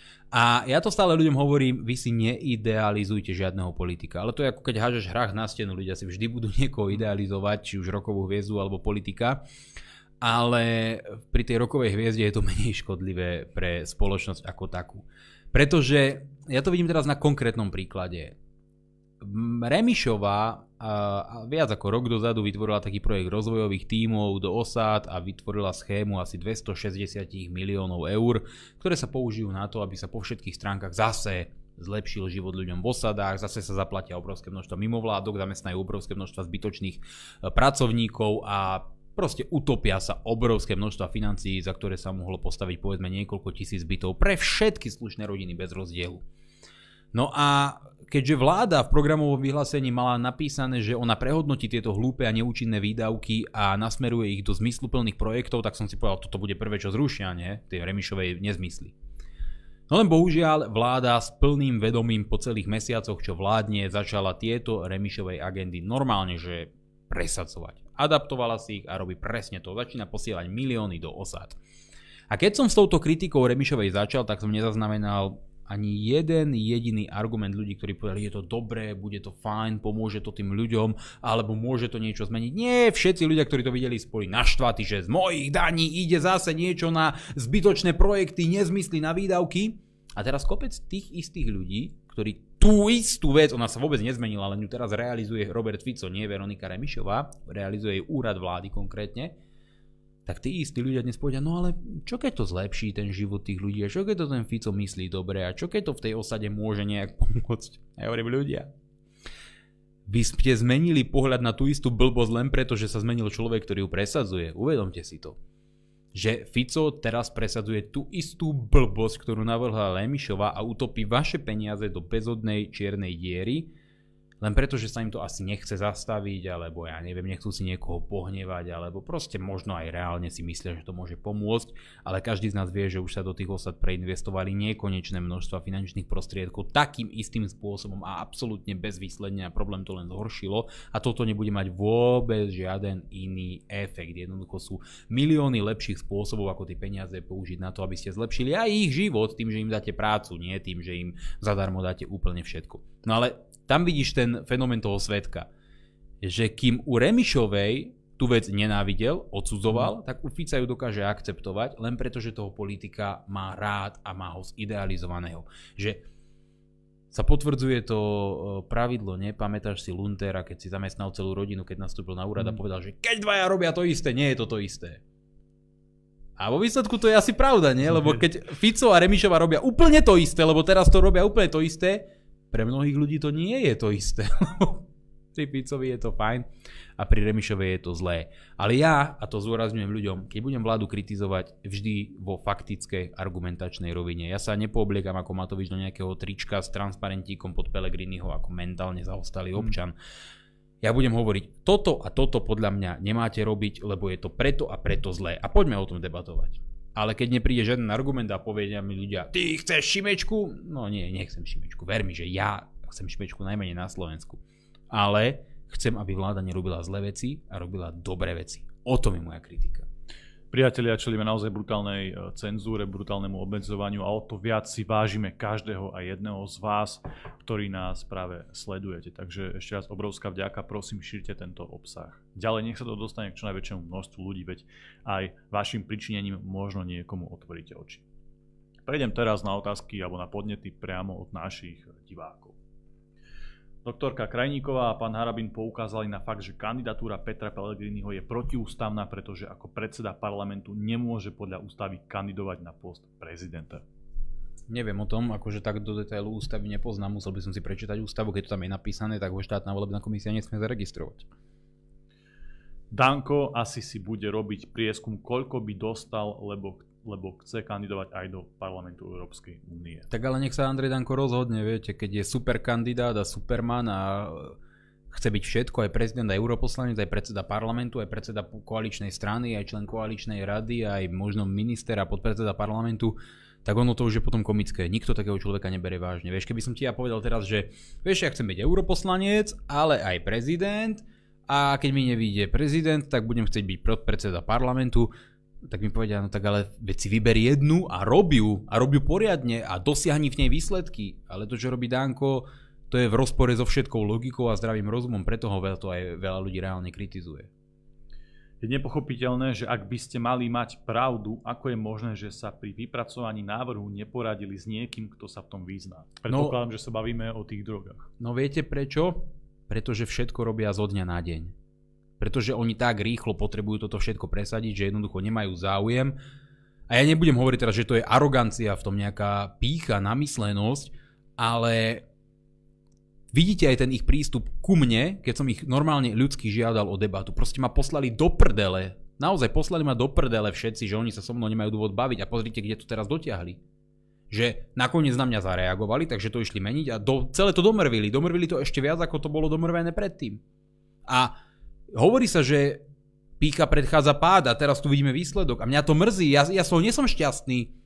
A ja to stále ľuďom hovorím, vy si neidealizujte žiadneho politika. Ale to je ako keď hážeš hrách na stenu, ľudia si vždy budú niekoho idealizovať, či už rokovú hviezdu alebo politika. Ale pri tej rokovej hviezde je to menej škodlivé pre spoločnosť ako takú. Pretože, ja to vidím teraz na konkrétnom príklade. Remišová viac ako rok dozadu vytvorila taký projekt rozvojových tímov do osád a vytvorila schému asi 260 miliónov eur, ktoré sa použijú na to, aby sa po všetkých stránkach zase zlepšil život ľuďom v osadách, zase sa zaplatia obrovské množstvo mimovládok, zamestnajú obrovské množstva zbytočných pracovníkov a proste utopia sa obrovské množstva financií, za ktoré sa mohlo postaviť povedzme niekoľko tisíc bytov pre všetky slušné rodiny bez rozdielu. No a keďže vláda v programovom vyhlásení mala napísané, že ona prehodnotí tieto hlúpe a neúčinné výdavky a nasmeruje ich do zmysluplných projektov, tak som si povedal, toto bude prvé, čo zrušia, nie? Tej Remišovej nezmysly. No len bohužiaľ vláda s plným vedomím po celých mesiacoch, čo vládne, začala tieto Remišovej agendy normálne, že presadzovať. Adaptovala si ich a robí presne to. Začína posielať milióny do osád. A keď som s touto kritikou Remišovej začal, tak som nezaznamenal ani jeden jediný argument ľudí, ktorí povedali, je to dobré, bude to fajn, pomôže to tým ľuďom, alebo môže to niečo zmeniť. Nie, všetci ľudia, ktorí to videli, boli naštvatí, že z mojich daní ide zase niečo na zbytočné projekty, nezmysly na výdavky. A teraz kopec tých istých ľudí, ktorí tú istú vec, ona sa vôbec nezmenila, len ju teraz realizuje Robert Fico, nie Veronika Remišová, realizuje jej úrad vlády konkrétne, tak tí istí ľudia dnes povedia, no ale čo keď to zlepší ten život tých ľudí, a čo keď to ten Fico myslí dobre, a čo keď to v tej osade môže nejak pomôcť. A ja hovorím, ľudia, vy ste zmenili pohľad na tú istú blbosť len preto, že sa zmenil človek, ktorý ju presadzuje. Uvedomte si to. Že Fico teraz presadzuje tú istú blbosť, ktorú navrhla Remišová a utopí vaše peniaze do bezodnej čiernej diery, len preto, že sa im to asi nechce zastaviť, alebo ja neviem, nechcú si niekoho pohnevať, alebo proste možno aj reálne si myslia, že to môže pomôcť, ale každý z nás vie, že už sa do tých osad preinvestovali nekonečné množstva finančných prostriedkov takým istým spôsobom a absolútne bezvýsledne a problém to len zhoršilo a toto nebude mať vôbec žiaden iný efekt. Jednoducho sú milióny lepších spôsobov, ako tie peniaze použiť na to, aby ste zlepšili aj ich život tým, že im dáte prácu, nie tým, že im zadarmo dáte úplne všetko. No ale tam vidíš ten fenomén toho svedka, že kým u Remišovej tú vec nenávidel, odsudzoval, tak u Fica ju dokáže akceptovať, len preto, že toho politika má rád a má ho zidealizovaného. Že sa potvrdzuje to pravidlo, nepamätáš si Luntera, keď si zamestnal celú rodinu, keď nastúpil na úrad a povedal, že keď dvaja robia to isté, nie je to isté. A vo výsledku to je asi pravda, nie? Lebo keď Fico a Remišová robia úplne to isté, lebo teraz to robia úplne to isté, pre mnohých ľudí to nie je to isté. Pri Ficovi je to fajn a pri Remišovej je to zlé. Ale ja, a to zdôrazňujem ľuďom, keď budem vládu kritizovať vždy vo faktickej argumentačnej rovine. Ja sa nepoobliekam ako Matovič do nejakého trička s transparentíkom pod Pellegriniho ako mentálne zaostalý občan. Ja budem hovoriť, toto a toto podľa mňa nemáte robiť, lebo je to preto a preto zlé. A poďme o tom debatovať. Ale keď nepríde žiaden argument a povedia mi ľudia, ty chceš Šimečku? No nie, nechcem Šimečku. Ver mi, že ja chcem Šimečku najmenej na Slovensku. Ale chcem, aby vláda nerobila zlé veci a robila dobré veci. O tom je moja kritika. Priatelia, čelíme naozaj brutálnej cenzúre, brutálnemu obmedzovaniu a o to viac si vážime každého a jedného z vás, ktorí nás práve sledujete. Takže ešte raz obrovská vďaka, prosím, šírte tento obsah. Ďalej nech sa to dostane k čo najväčšiemu množstvu ľudí, veď aj vašim pričinením možno niekomu otvoríte oči. Prejdem teraz na otázky alebo na podnety priamo od našich divákov. Doktorka Krajníková a pán Harabin poukázali na fakt, že kandidatúra Petra Pellegriniho je protiústavná, pretože ako predseda parlamentu nemôže podľa ústavy kandidovať na post prezidenta. Neviem o tom, akože tak do detailu ústavy nepoznám, musel by som si prečítať ústavu, keď to tam je napísané, tak ho štátna volebná komisia nesmie zaregistrovať. Danko asi si bude robiť prieskum, koľko by dostal, lebo chce kandidovať aj do parlamentu Európskej únie. Tak ale nech sa Andrej Danko rozhodne, viete, keď je super kandidát a superman a chce byť všetko, aj prezident, aj europoslanec, aj predseda parlamentu, aj predseda koaličnej strany, aj člen koaličnej rady, aj možno minister a podpredseda parlamentu, tak ono to už je potom komické. Nikto takého človeka neberie vážne. Vieš, keby som ti ja povedal teraz, že vieš, ja chcem byť europoslanec, ale aj prezident a keď mi nevyjde prezident, tak budem chcieť byť podpredseda parlamentu, tak mi povedia, no tak ale veď si vyber jednu a rob ju poriadne a dosiahni v nej výsledky. Ale to, čo robí Danko, to je v rozpore so všetkou logikou a zdravým rozumom, preto ho to aj veľa ľudí reálne kritizuje. Je nepochopiteľné, že ak by ste mali mať pravdu, ako je možné, že sa pri vypracovaní návrhu neporadili s niekým, kto sa v tom vyzná. Predpokladám, že sa bavíme o tých drogách. No viete prečo? Pretože všetko robia zo dňa na deň. Pretože oni tak rýchlo potrebujú toto všetko presadiť, že jednoducho nemajú záujem. A ja nebudem hovoriť teraz, že to je arogancia, v tom nejaká pýcha, namyslenosť, ale vidíte aj ten ich prístup ku mne, keď som ich normálne ľudsky žiadal o debatu. Proste ma poslali do prdele. Naozaj poslali ma do prdele všetci, že oni sa so mnou nemajú dôvod baviť a pozrite, kde to teraz dotiahli. Že nakoniec na mňa zareagovali, takže to išli meniť a celé to domrvili. Domrvili to ešte viac, ako to bolo domrvené predtým. A hovorí sa, že pýcha predchádza pád a teraz tu vidíme výsledok a mňa to mrzí, ja som nie som šťastný,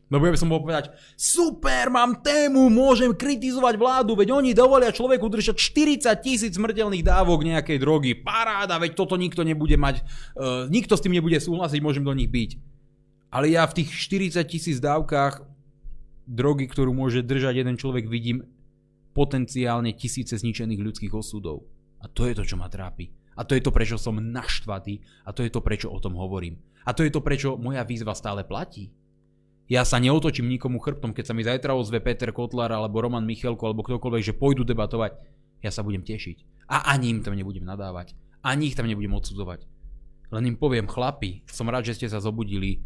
Lebo ja by som mohol povedať, super, mám tému, môžem kritizovať vládu, veď oni dovolia človeku držať 40 000 smrteľných dávok nejakej drogy. Paráda, veď toto nikto nebude mať, nikto s tým nebude súhlasiť, môžem do nich byť. Ale ja v tých 40 000 dávkach drogy, ktorú môže držať jeden človek, vidím potenciálne tisíce zničených ľudských osudov. A to je to, čo ma trápi. A to je to, prečo som naštvatý. A to je to, prečo o tom hovorím. A to je to, prečo moja výzva stále platí. Ja sa neotočím nikomu chrbtom, keď sa mi zajtra ozve Peter Kotlár alebo Roman Michalko alebo ktokoľvek, že pôjdu debatovať. Ja sa budem tešiť. A ani im tam nebudem nadávať. Ani ich tam nebudem odsudzovať. Len im poviem, chlapi, som rád, že ste sa zobudili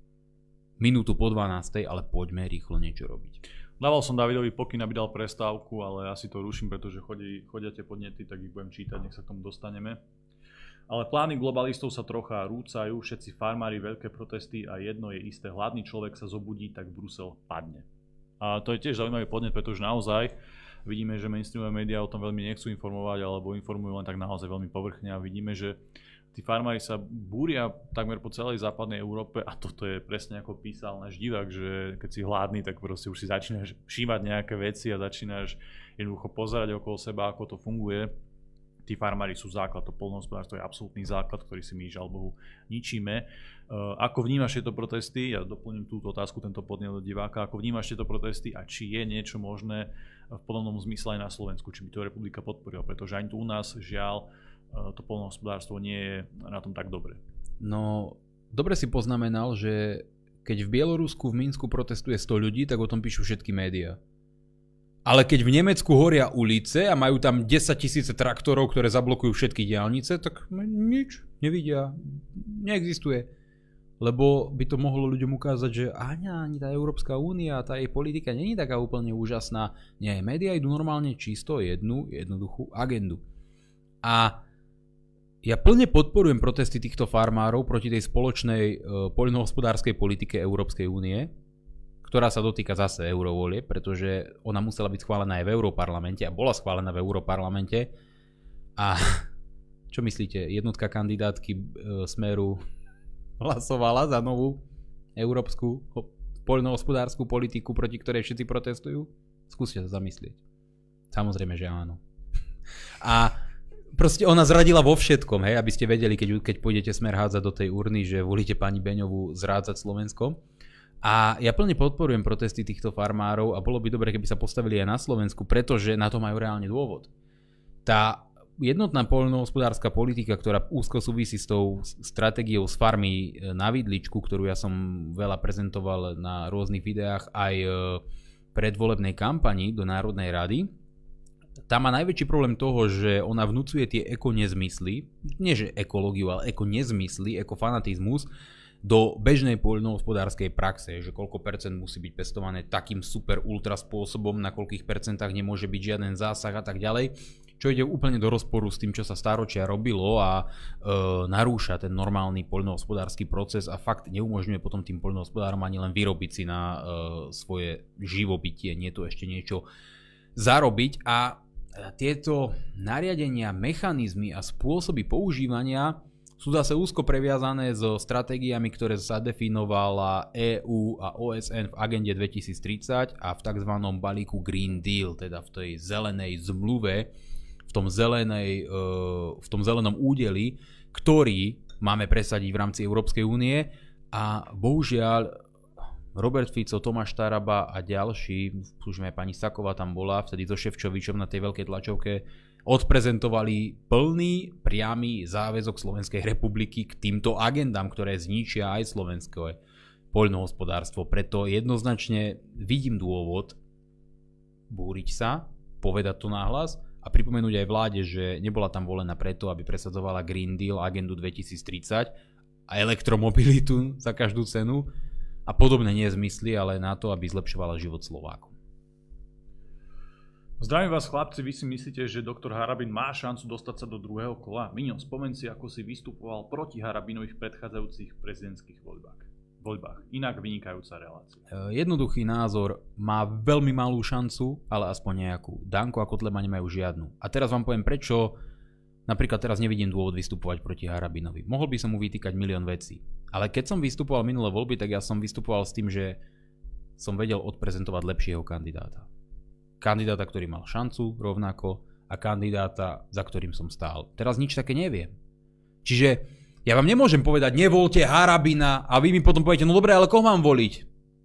minútu po 12, ale poďme rýchlo niečo robiť. Dával som Davidovi pokyn, aby dal prestávku, ale asi to ruším, pretože chodia tie podnety, tak ich budem čítať, nech sa k tomu dostaneme. Ale plány globalistov sa trocha rúcajú, všetci farmári, veľké protesty a jedno je isté, hladný človek sa zobudí, tak Brusel padne. A to je tiež zaujímavý podnet, pretože naozaj vidíme, že mainstreamové médiá o tom veľmi nechcú informovať alebo informujú len tak naozaj veľmi povrchne a vidíme, že tí farmári sa búria takmer po celej západnej Európe a toto je presne ako písal náš divák, že keď si hladný, tak proste už si začínaš všímať nejaké veci a začínaš jednoducho pozerať okolo seba, ako to funguje. Tí farmári sú základ, to poľnohospodárstvo je absolútny základ, ktorý si my, žiaľ Bohu, ničíme. Ako vnímaš tieto protesty? Ja doplním túto otázku, tento podnet od diváka. Ako vnímaš tieto protesty a či je niečo možné v podobnom zmysle aj na Slovensku? Či by to republika podporila? Pretože ani tu u nás, žiaľ, to poľnohospodárstvo nie je na tom tak dobre. No, dobre si poznamenal, že keď v Bielorusku, v Minsku protestuje 100 ľudí, tak o tom píšu všetky médiá. Ale keď v Nemecku horia ulice a majú tam 10 000 traktorov, ktoré zablokujú všetky diaľnice, tak nič nevidia, neexistuje. Lebo by to mohlo ľuďom ukázať, že ani tá Európska únia, tá jej politika nie je taká úplne úžasná. Nie, médiá idú normálne čisto jednu jednoduchú agendu. A ja plne podporujem protesty týchto farmárov proti tej spoločnej poľnohospodárskej politike Európskej únie, ktorá sa dotýka zase eurovolie, pretože ona musela byť schválená aj v Európarlamente a bola schválená v Európarlamente. A čo myslíte, jednotka kandidátky Smeru hlasovala za novú európsku poľnohospodárskú politiku, proti ktorej všetci protestujú? Skúste sa zamyslieť. Samozrejme, že áno. A proste ona zradila vo všetkom, hej, aby ste vedeli, keď pôjdete Smer hádzať do tej urny, že volíte pani Beňovú zrádzať Slovensko. A ja plne podporujem protesty týchto farmárov a bolo by dobre, keby sa postavili aj na Slovensku, pretože na to majú reálne dôvod. Tá jednotná poľnohospodárska politika, ktorá úzko súvisí s tou stratégiou z farmy na vidličku, ktorú ja som veľa prezentoval na rôznych videách aj predvolebnej kampani do Národnej rady, tam má najväčší problém toho, že ona vnúcuje tie ekonezmysly, nie že ekológiu, ale ekonezmysly, ekofanatizmus, do bežnej poľnohospodárskej praxe, že koľko percent musí byť pestované takým super ultra spôsobom, na koľkých percentách nemôže byť žiaden zásah a tak ďalej, čo ide úplne do rozporu s tým, čo sa stáročia robilo a narúša ten normálny poľnohospodársky proces a fakt neumožňuje potom tým poľnohospodárom ani len vyrobiť si na svoje živobytie, nie to ešte niečo zarobiť. A tieto nariadenia, mechanizmy a spôsoby používania sú zase úzko previazané so stratégiami, ktoré zadefinovala EÚ a OSN v agende 2030 a v tzv. Balíku Green Deal, teda v tej zelenej zmluve, v tom zelenom údeli, ktorý máme presadiť v rámci Európskej únie. A bohužiaľ Robert Fico, Tomáš Taraba a ďalší, už aj pani Saková tam bola, vtedy so Šefčovičom na tej veľkej tlačovke, odprezentovali plný, priamy záväzok Slovenskej republiky k týmto agendám, ktoré zničia aj slovenské poľnohospodárstvo. Preto jednoznačne vidím dôvod búriť sa, povedať to nahlas a pripomenúť aj vláde, že nebola tam volená preto, aby presadzovala Green Deal, agendu 2030 a elektromobilitu za každú cenu a podobné nezmysly, ale na to, aby zlepšovala život Slovákom. Zdravím vás, chlapci, vy si myslíte, že doktor Harabin má šancu dostať sa do druhého kola? Miňo, spomeň si, ako si vystupoval proti Harabinových predchádzajúcich prezidentských voľbách. Inak vynikajúca relácia. Jednoduchý názor, má veľmi malú šancu, ale aspoň nejakú. Danko a Kotleba nemajú žiadnu. A teraz vám poviem, prečo napríklad teraz nevidím dôvod vystupovať proti Harabinovi. Mohol by som mu vytýkať milión vecí. Ale keď som vystupoval minulé voľby, tak ja som vystupoval s tým, že som vedel odprezentovať lepšieho kandidáta. Kandidáta, ktorý mal šancu rovnako a kandidáta, za ktorým som stál. Teraz nič také neviem. Čiže ja vám nemôžem povedať, nevoľte Harabina a vy mi potom poviete, no dobre, ale koho mám voliť?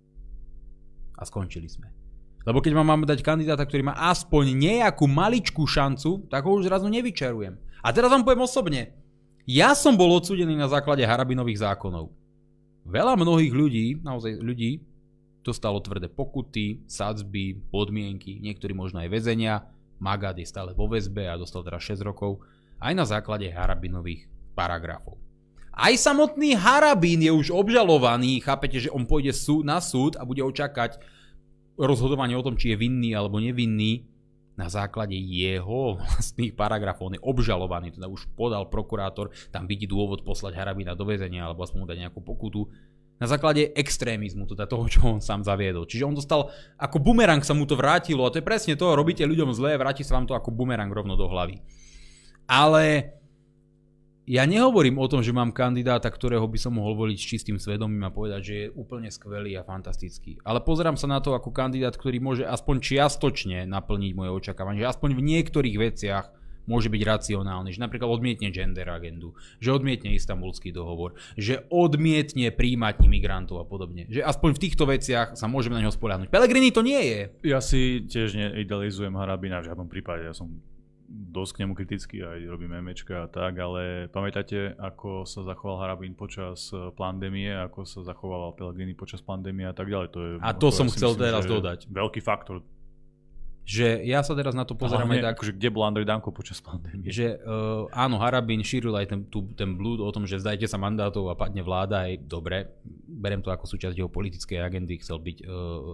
A skončili sme. Lebo keď mám dať kandidáta, ktorý má aspoň nejakú maličkú šancu, tak ho už zrazu nevyčarujem. A teraz vám poviem osobne. Ja som bol odsúdený na základe Harabinových zákonov. Veľa mnohých ľudí, naozaj ľudí, dostalo tvrdé pokuty, sadzby, podmienky, niektorí možno aj väzenia. Magát je stále vo väzbe a dostal teraz 6 rokov. Aj na základe Harabinových paragrafov. Aj samotný Harabin je už obžalovaný, chápete, že on pôjde na súd a bude očakať rozhodovanie o tom, či je vinný alebo nevinný na základe jeho vlastných paragrafov. On je obžalovaný, teda už podal prokurátor, tam vidí dôvod poslať Harabina do väzenia alebo aspoň mu dať nejakú pokutu. Na základe extrémizmu, teda toho, čo on sám zaviedol. Čiže on dostal, ako bumerang sa mu to vrátilo a to je presne to, robíte ľuďom zlé, vráti sa vám to ako bumerang rovno do hlavy. Ale ja nehovorím o tom, že mám kandidáta, ktorého by som mohol voliť s čistým svedomím a povedať, že je úplne skvelý a fantastický. Ale pozerám sa na to ako kandidát, ktorý môže aspoň čiastočne naplniť moje očakávanie, že aspoň v niektorých veciach môže byť racionálny, že napríklad odmietne gender agendu, že odmietne Istanbulský dohovor, že odmietne príjmať imigrantov a podobne. Že aspoň v týchto veciach sa môžeme na neho spoľahnúť. Pellegrini to nie je. Ja si tiež neidealizujem Harabina v žiadnom prípade. Ja som dosť k nemu kritický, aj robím memečka a tak, ale pamätáte, ako sa zachoval Harabin počas pandémie, ako sa zachoval Pellegrini počas pandémie a tak ďalej. To som chcel teraz dodať. Veľký faktor. Že ja sa teraz na to pozerám aj tak, akože kde bol Andrej Danko počas pandémie. Že áno, Harabin šíril aj ten blúd o tom, že vzdajte sa mandátov a padne vláda, aj dobre, beriem to ako súčasť jeho politickej agendy, chcel byť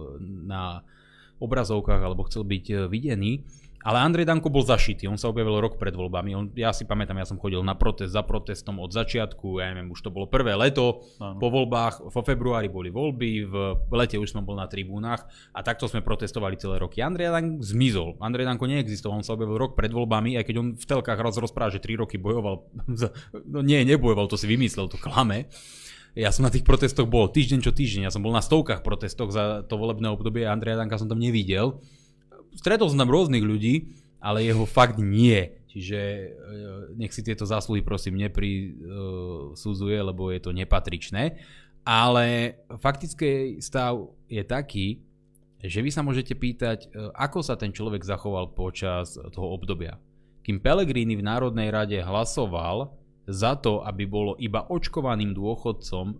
na obrazovkách alebo chcel byť videný. Ale Andrej Danko bol zašitý, on sa objavil rok pred voľbami. Ja si pamätám, ja som chodil na protest za protestom od začiatku, ja neviem, už to bolo prvé leto, po voľbách, vo februári boli voľby, v lete už som bol na tribúnach a takto sme protestovali celé roky. Andrej Danko zmizol, Andrej Danko neexistoval, on sa objavil rok pred voľbami, aj keď on v telkách rozpráva, že 3 roky bojoval, no nebojoval, to si vymyslel, to klame. Ja som na tých protestoch bol týždeň čo týždeň, ja som bol na stovkách protestoch za to volebné obdobie a Andreja Danka som tam nevidel. Stretol som tam rôznych ľudí, ale jeho fakt nie. Čiže nech si tieto zásluhy prosím neprisudzuje, lebo je to nepatričné. Ale faktický stav je taký, že vy sa môžete pýtať, ako sa ten človek zachoval počas toho obdobia. Kým Pellegrini v Národnej rade hlasoval za to, aby bolo iba očkovaným dôchodcom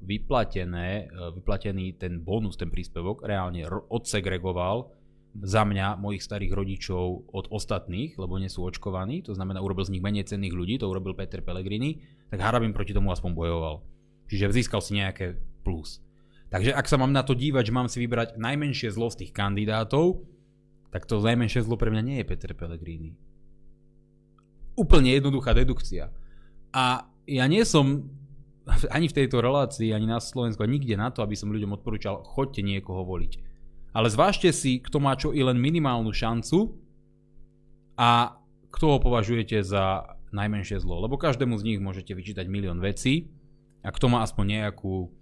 vyplatený ten bonus, ten príspevok, reálne odsegregoval za mňa, mojich starých rodičov od ostatných, lebo nie sú očkovaní, to znamená, urobil z nich menej cenných ľudí, to urobil Peter Pellegrini, tak Harabin proti tomu aspoň bojoval. Čiže získal si nejaké plus. Takže ak sa mám na to dívať, že mám si vybrať najmenšie zlo z tých kandidátov, tak to najmenšie zlo pre mňa nie je Peter Pellegrini. Úplne jednoduchá dedukcia. A ja nie som ani v tejto relácii, ani na Slovensku, nikde na to, aby som ľuďom odporúčal, choďte niekoho voliť. Ale zvážte si, kto má čo i len minimálnu šancu a kto ho považujete za najmenšie zlo. Lebo každému z nich môžete vyčítať milión vecí a kto má aspoň nejakú,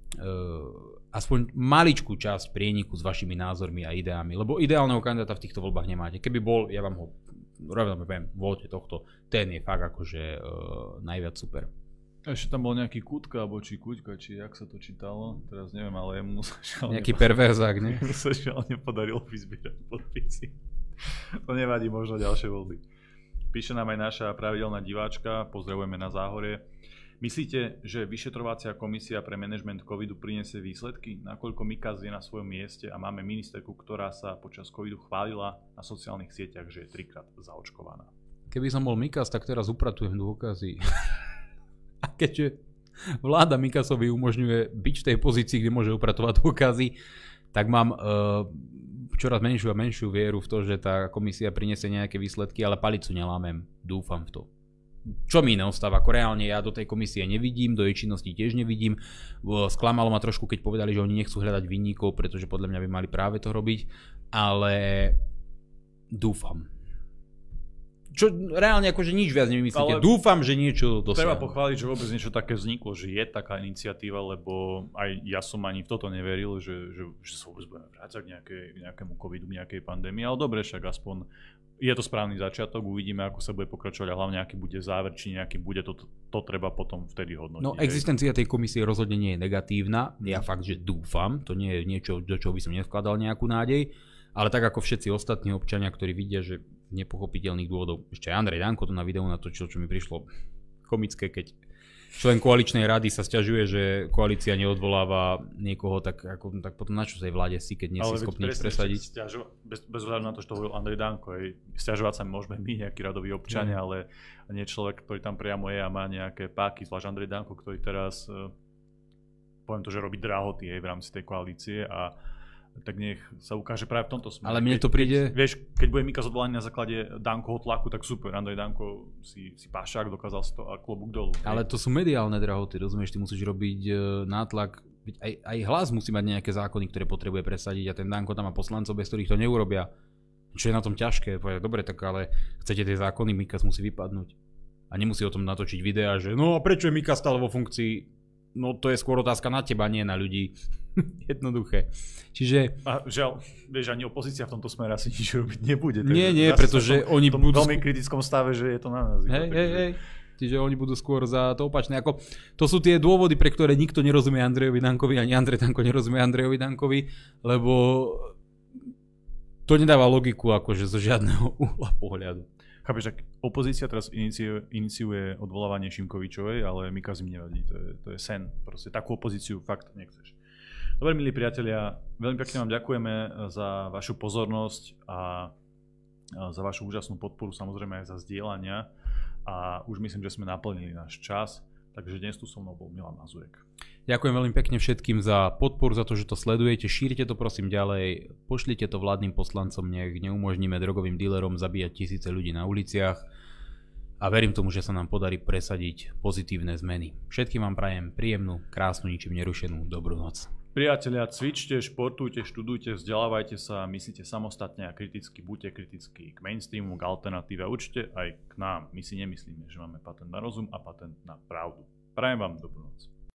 aspoň maličkú časť prieniku s vašimi názormi a ideami. Lebo ideálneho kandidáta v týchto voľbách nemáte. Keby bol, ja vám ho rovno poviem, voľte tohto, ten je fakt akože najviac super. Ešte tam bol nejaký Kutka, alebo či Kuťka, či jak sa to čítalo, teraz neviem, ale jemu sa šiaľne... Nejaký perverzák, ne? Jemu sa šiaľne podarilo vyzbierať podpisy. To nevadí, možno ďalšie voľby. Píše nám aj naša pravidelná diváčka, pozdravujeme na Záhorie. Myslíte, že vyšetrovacia komisia pre manažment covidu prinesie výsledky? Nakoľko Mikaz je na svojom mieste a máme ministerku, ktorá sa počas covidu chválila na sociálnych sieťach, že je 3-krát zaočkovaná? Keby som bol Mikaz, tak teraz upratujem dôkazy. A keďže vláda Mikasovi umožňuje byť v tej pozícii, kde môže upratovať dôkazy, tak mám čoraz menšiu a menšiu vieru v to, že tá komisia prinesie nejaké výsledky, ale palicu nelámem. Dúfam v to. Čo mi neostáva? Ako reálne ja do tej komisie nevidím, do jej činnosti tiež nevidím. Sklamalo ma trošku, keď povedali, že oni nechcú hľadať vinníkov, pretože podľa mňa by mali práve to robiť, ale dúfam. Čo reálne akože nič viac nevymyslíte. Ale dúfam, že niečo dosiahnu. Treba pochváliť, že vôbec niečo také vzniklo, že je taká iniciatíva, lebo aj ja som ani v toto neveril, že sa vôbec budeme vrácať k nejakému covidu, nejakej pandémii, ale dobre, však aspoň je to správny začiatok, uvidíme, ako sa bude pokračovať a hlavne aký bude záver, či nejaký bude, to treba potom vtedy hodnotiť. No existencia tej komisie rozhodne nie je negatívna, ja fakt, že dúfam, to nie je niečo, do čoho by som nevkladal nejakú nádej, ale tak ako všetci ostatní občania, ktorí vidia, že nepochopiteľných dôvodov. Ešte Andrej Danko to na videu natočil, čo mi prišlo komické, keď člen koaličnej rady sa sťažuje, že koalícia neodvoláva niekoho, tak potom na čo sa jej vláde si, keď nie si schopný presadiť. Bez ohľadu na to, že to hovoril Andrej Danko, sťažovať sa môžeme my, nejakí radoví občania, ale nie človek, ktorý tam priamo je a má nejaké páky, zvlášť Andrej Danko, ktorý teraz, poviem to, že robí drahoty v rámci tej koalície a tak nech sa ukáže práve v tomto smere. Ale mne to príde... Keď bude Mikas odvolaný na základe Dankovho tlaku, tak super. Andrej Danko si pášák, dokázal si to a klobúk dolu. Ale to sú mediálne drahoty, rozumieš? Ty musíš robiť nátlak. Aj Hlas musí mať nejaké zákony, ktoré potrebuje presadiť a ten Danko tam má poslancov, bez ktorých to neurobia. Čo je na tom ťažké? Dobre, tak ale chcete tie zákony, Mikas musí vypadnúť. A nemusí o tom natočiť videá, že no a prečo je Mikas stále vo funkcii? No to je skôr otázka na teba, nie na ľudí. Jednoduché. Čiže... A žiaľ, vieš, ani opozícia v tomto smere asi nič robiť nebude. Nie, pretože oni budú... v veľmi kritickom stave, že je to na nás. Hej. Čiže oni budú skôr za to opačné. To sú tie dôvody, pre ktoré nikto nerozumie Andrejovi Dankovi, ani Andrej Danko nerozumie Andrejovi Dankovi, lebo to nedáva logiku akože zo žiadneho uhla pohľadu. Chápeš, tak opozícia teraz iniciuje odvolávanie Šimkovičovej, ale Mikas im nevadí, to je sen. Proste takú opozíciu fakt nechceš. Dobre, milí priatelia, veľmi pekne vám ďakujeme za vašu pozornosť a za vašu úžasnú podporu, samozrejme aj za zdieľania. A už myslím, že sme naplnili náš čas, takže dnes tu so mnou bol Milan Mazurek. Ďakujem veľmi pekne všetkým za podporu, za to, že to sledujete. Šírite to prosím ďalej, pošlite to vládnym poslancom, nech neumožníme drogovým dílerom zabíjať tisíce ľudí na uliciach a verím tomu, že sa nám podarí presadiť pozitívne zmeny. Všetkým vám prajem príjemnú, krásnu, ničím nerušenú dobrú noc. Priatelia, cvičte, športujte, študujte, vzdelávajte sa, myslíte samostatne a kriticky, buďte kritickí k mainstreamu, k alternatíve a určite aj k nám. My si nemyslíme, že máme patent na rozum a patent na pravdu. Prajem vám dobrú noc.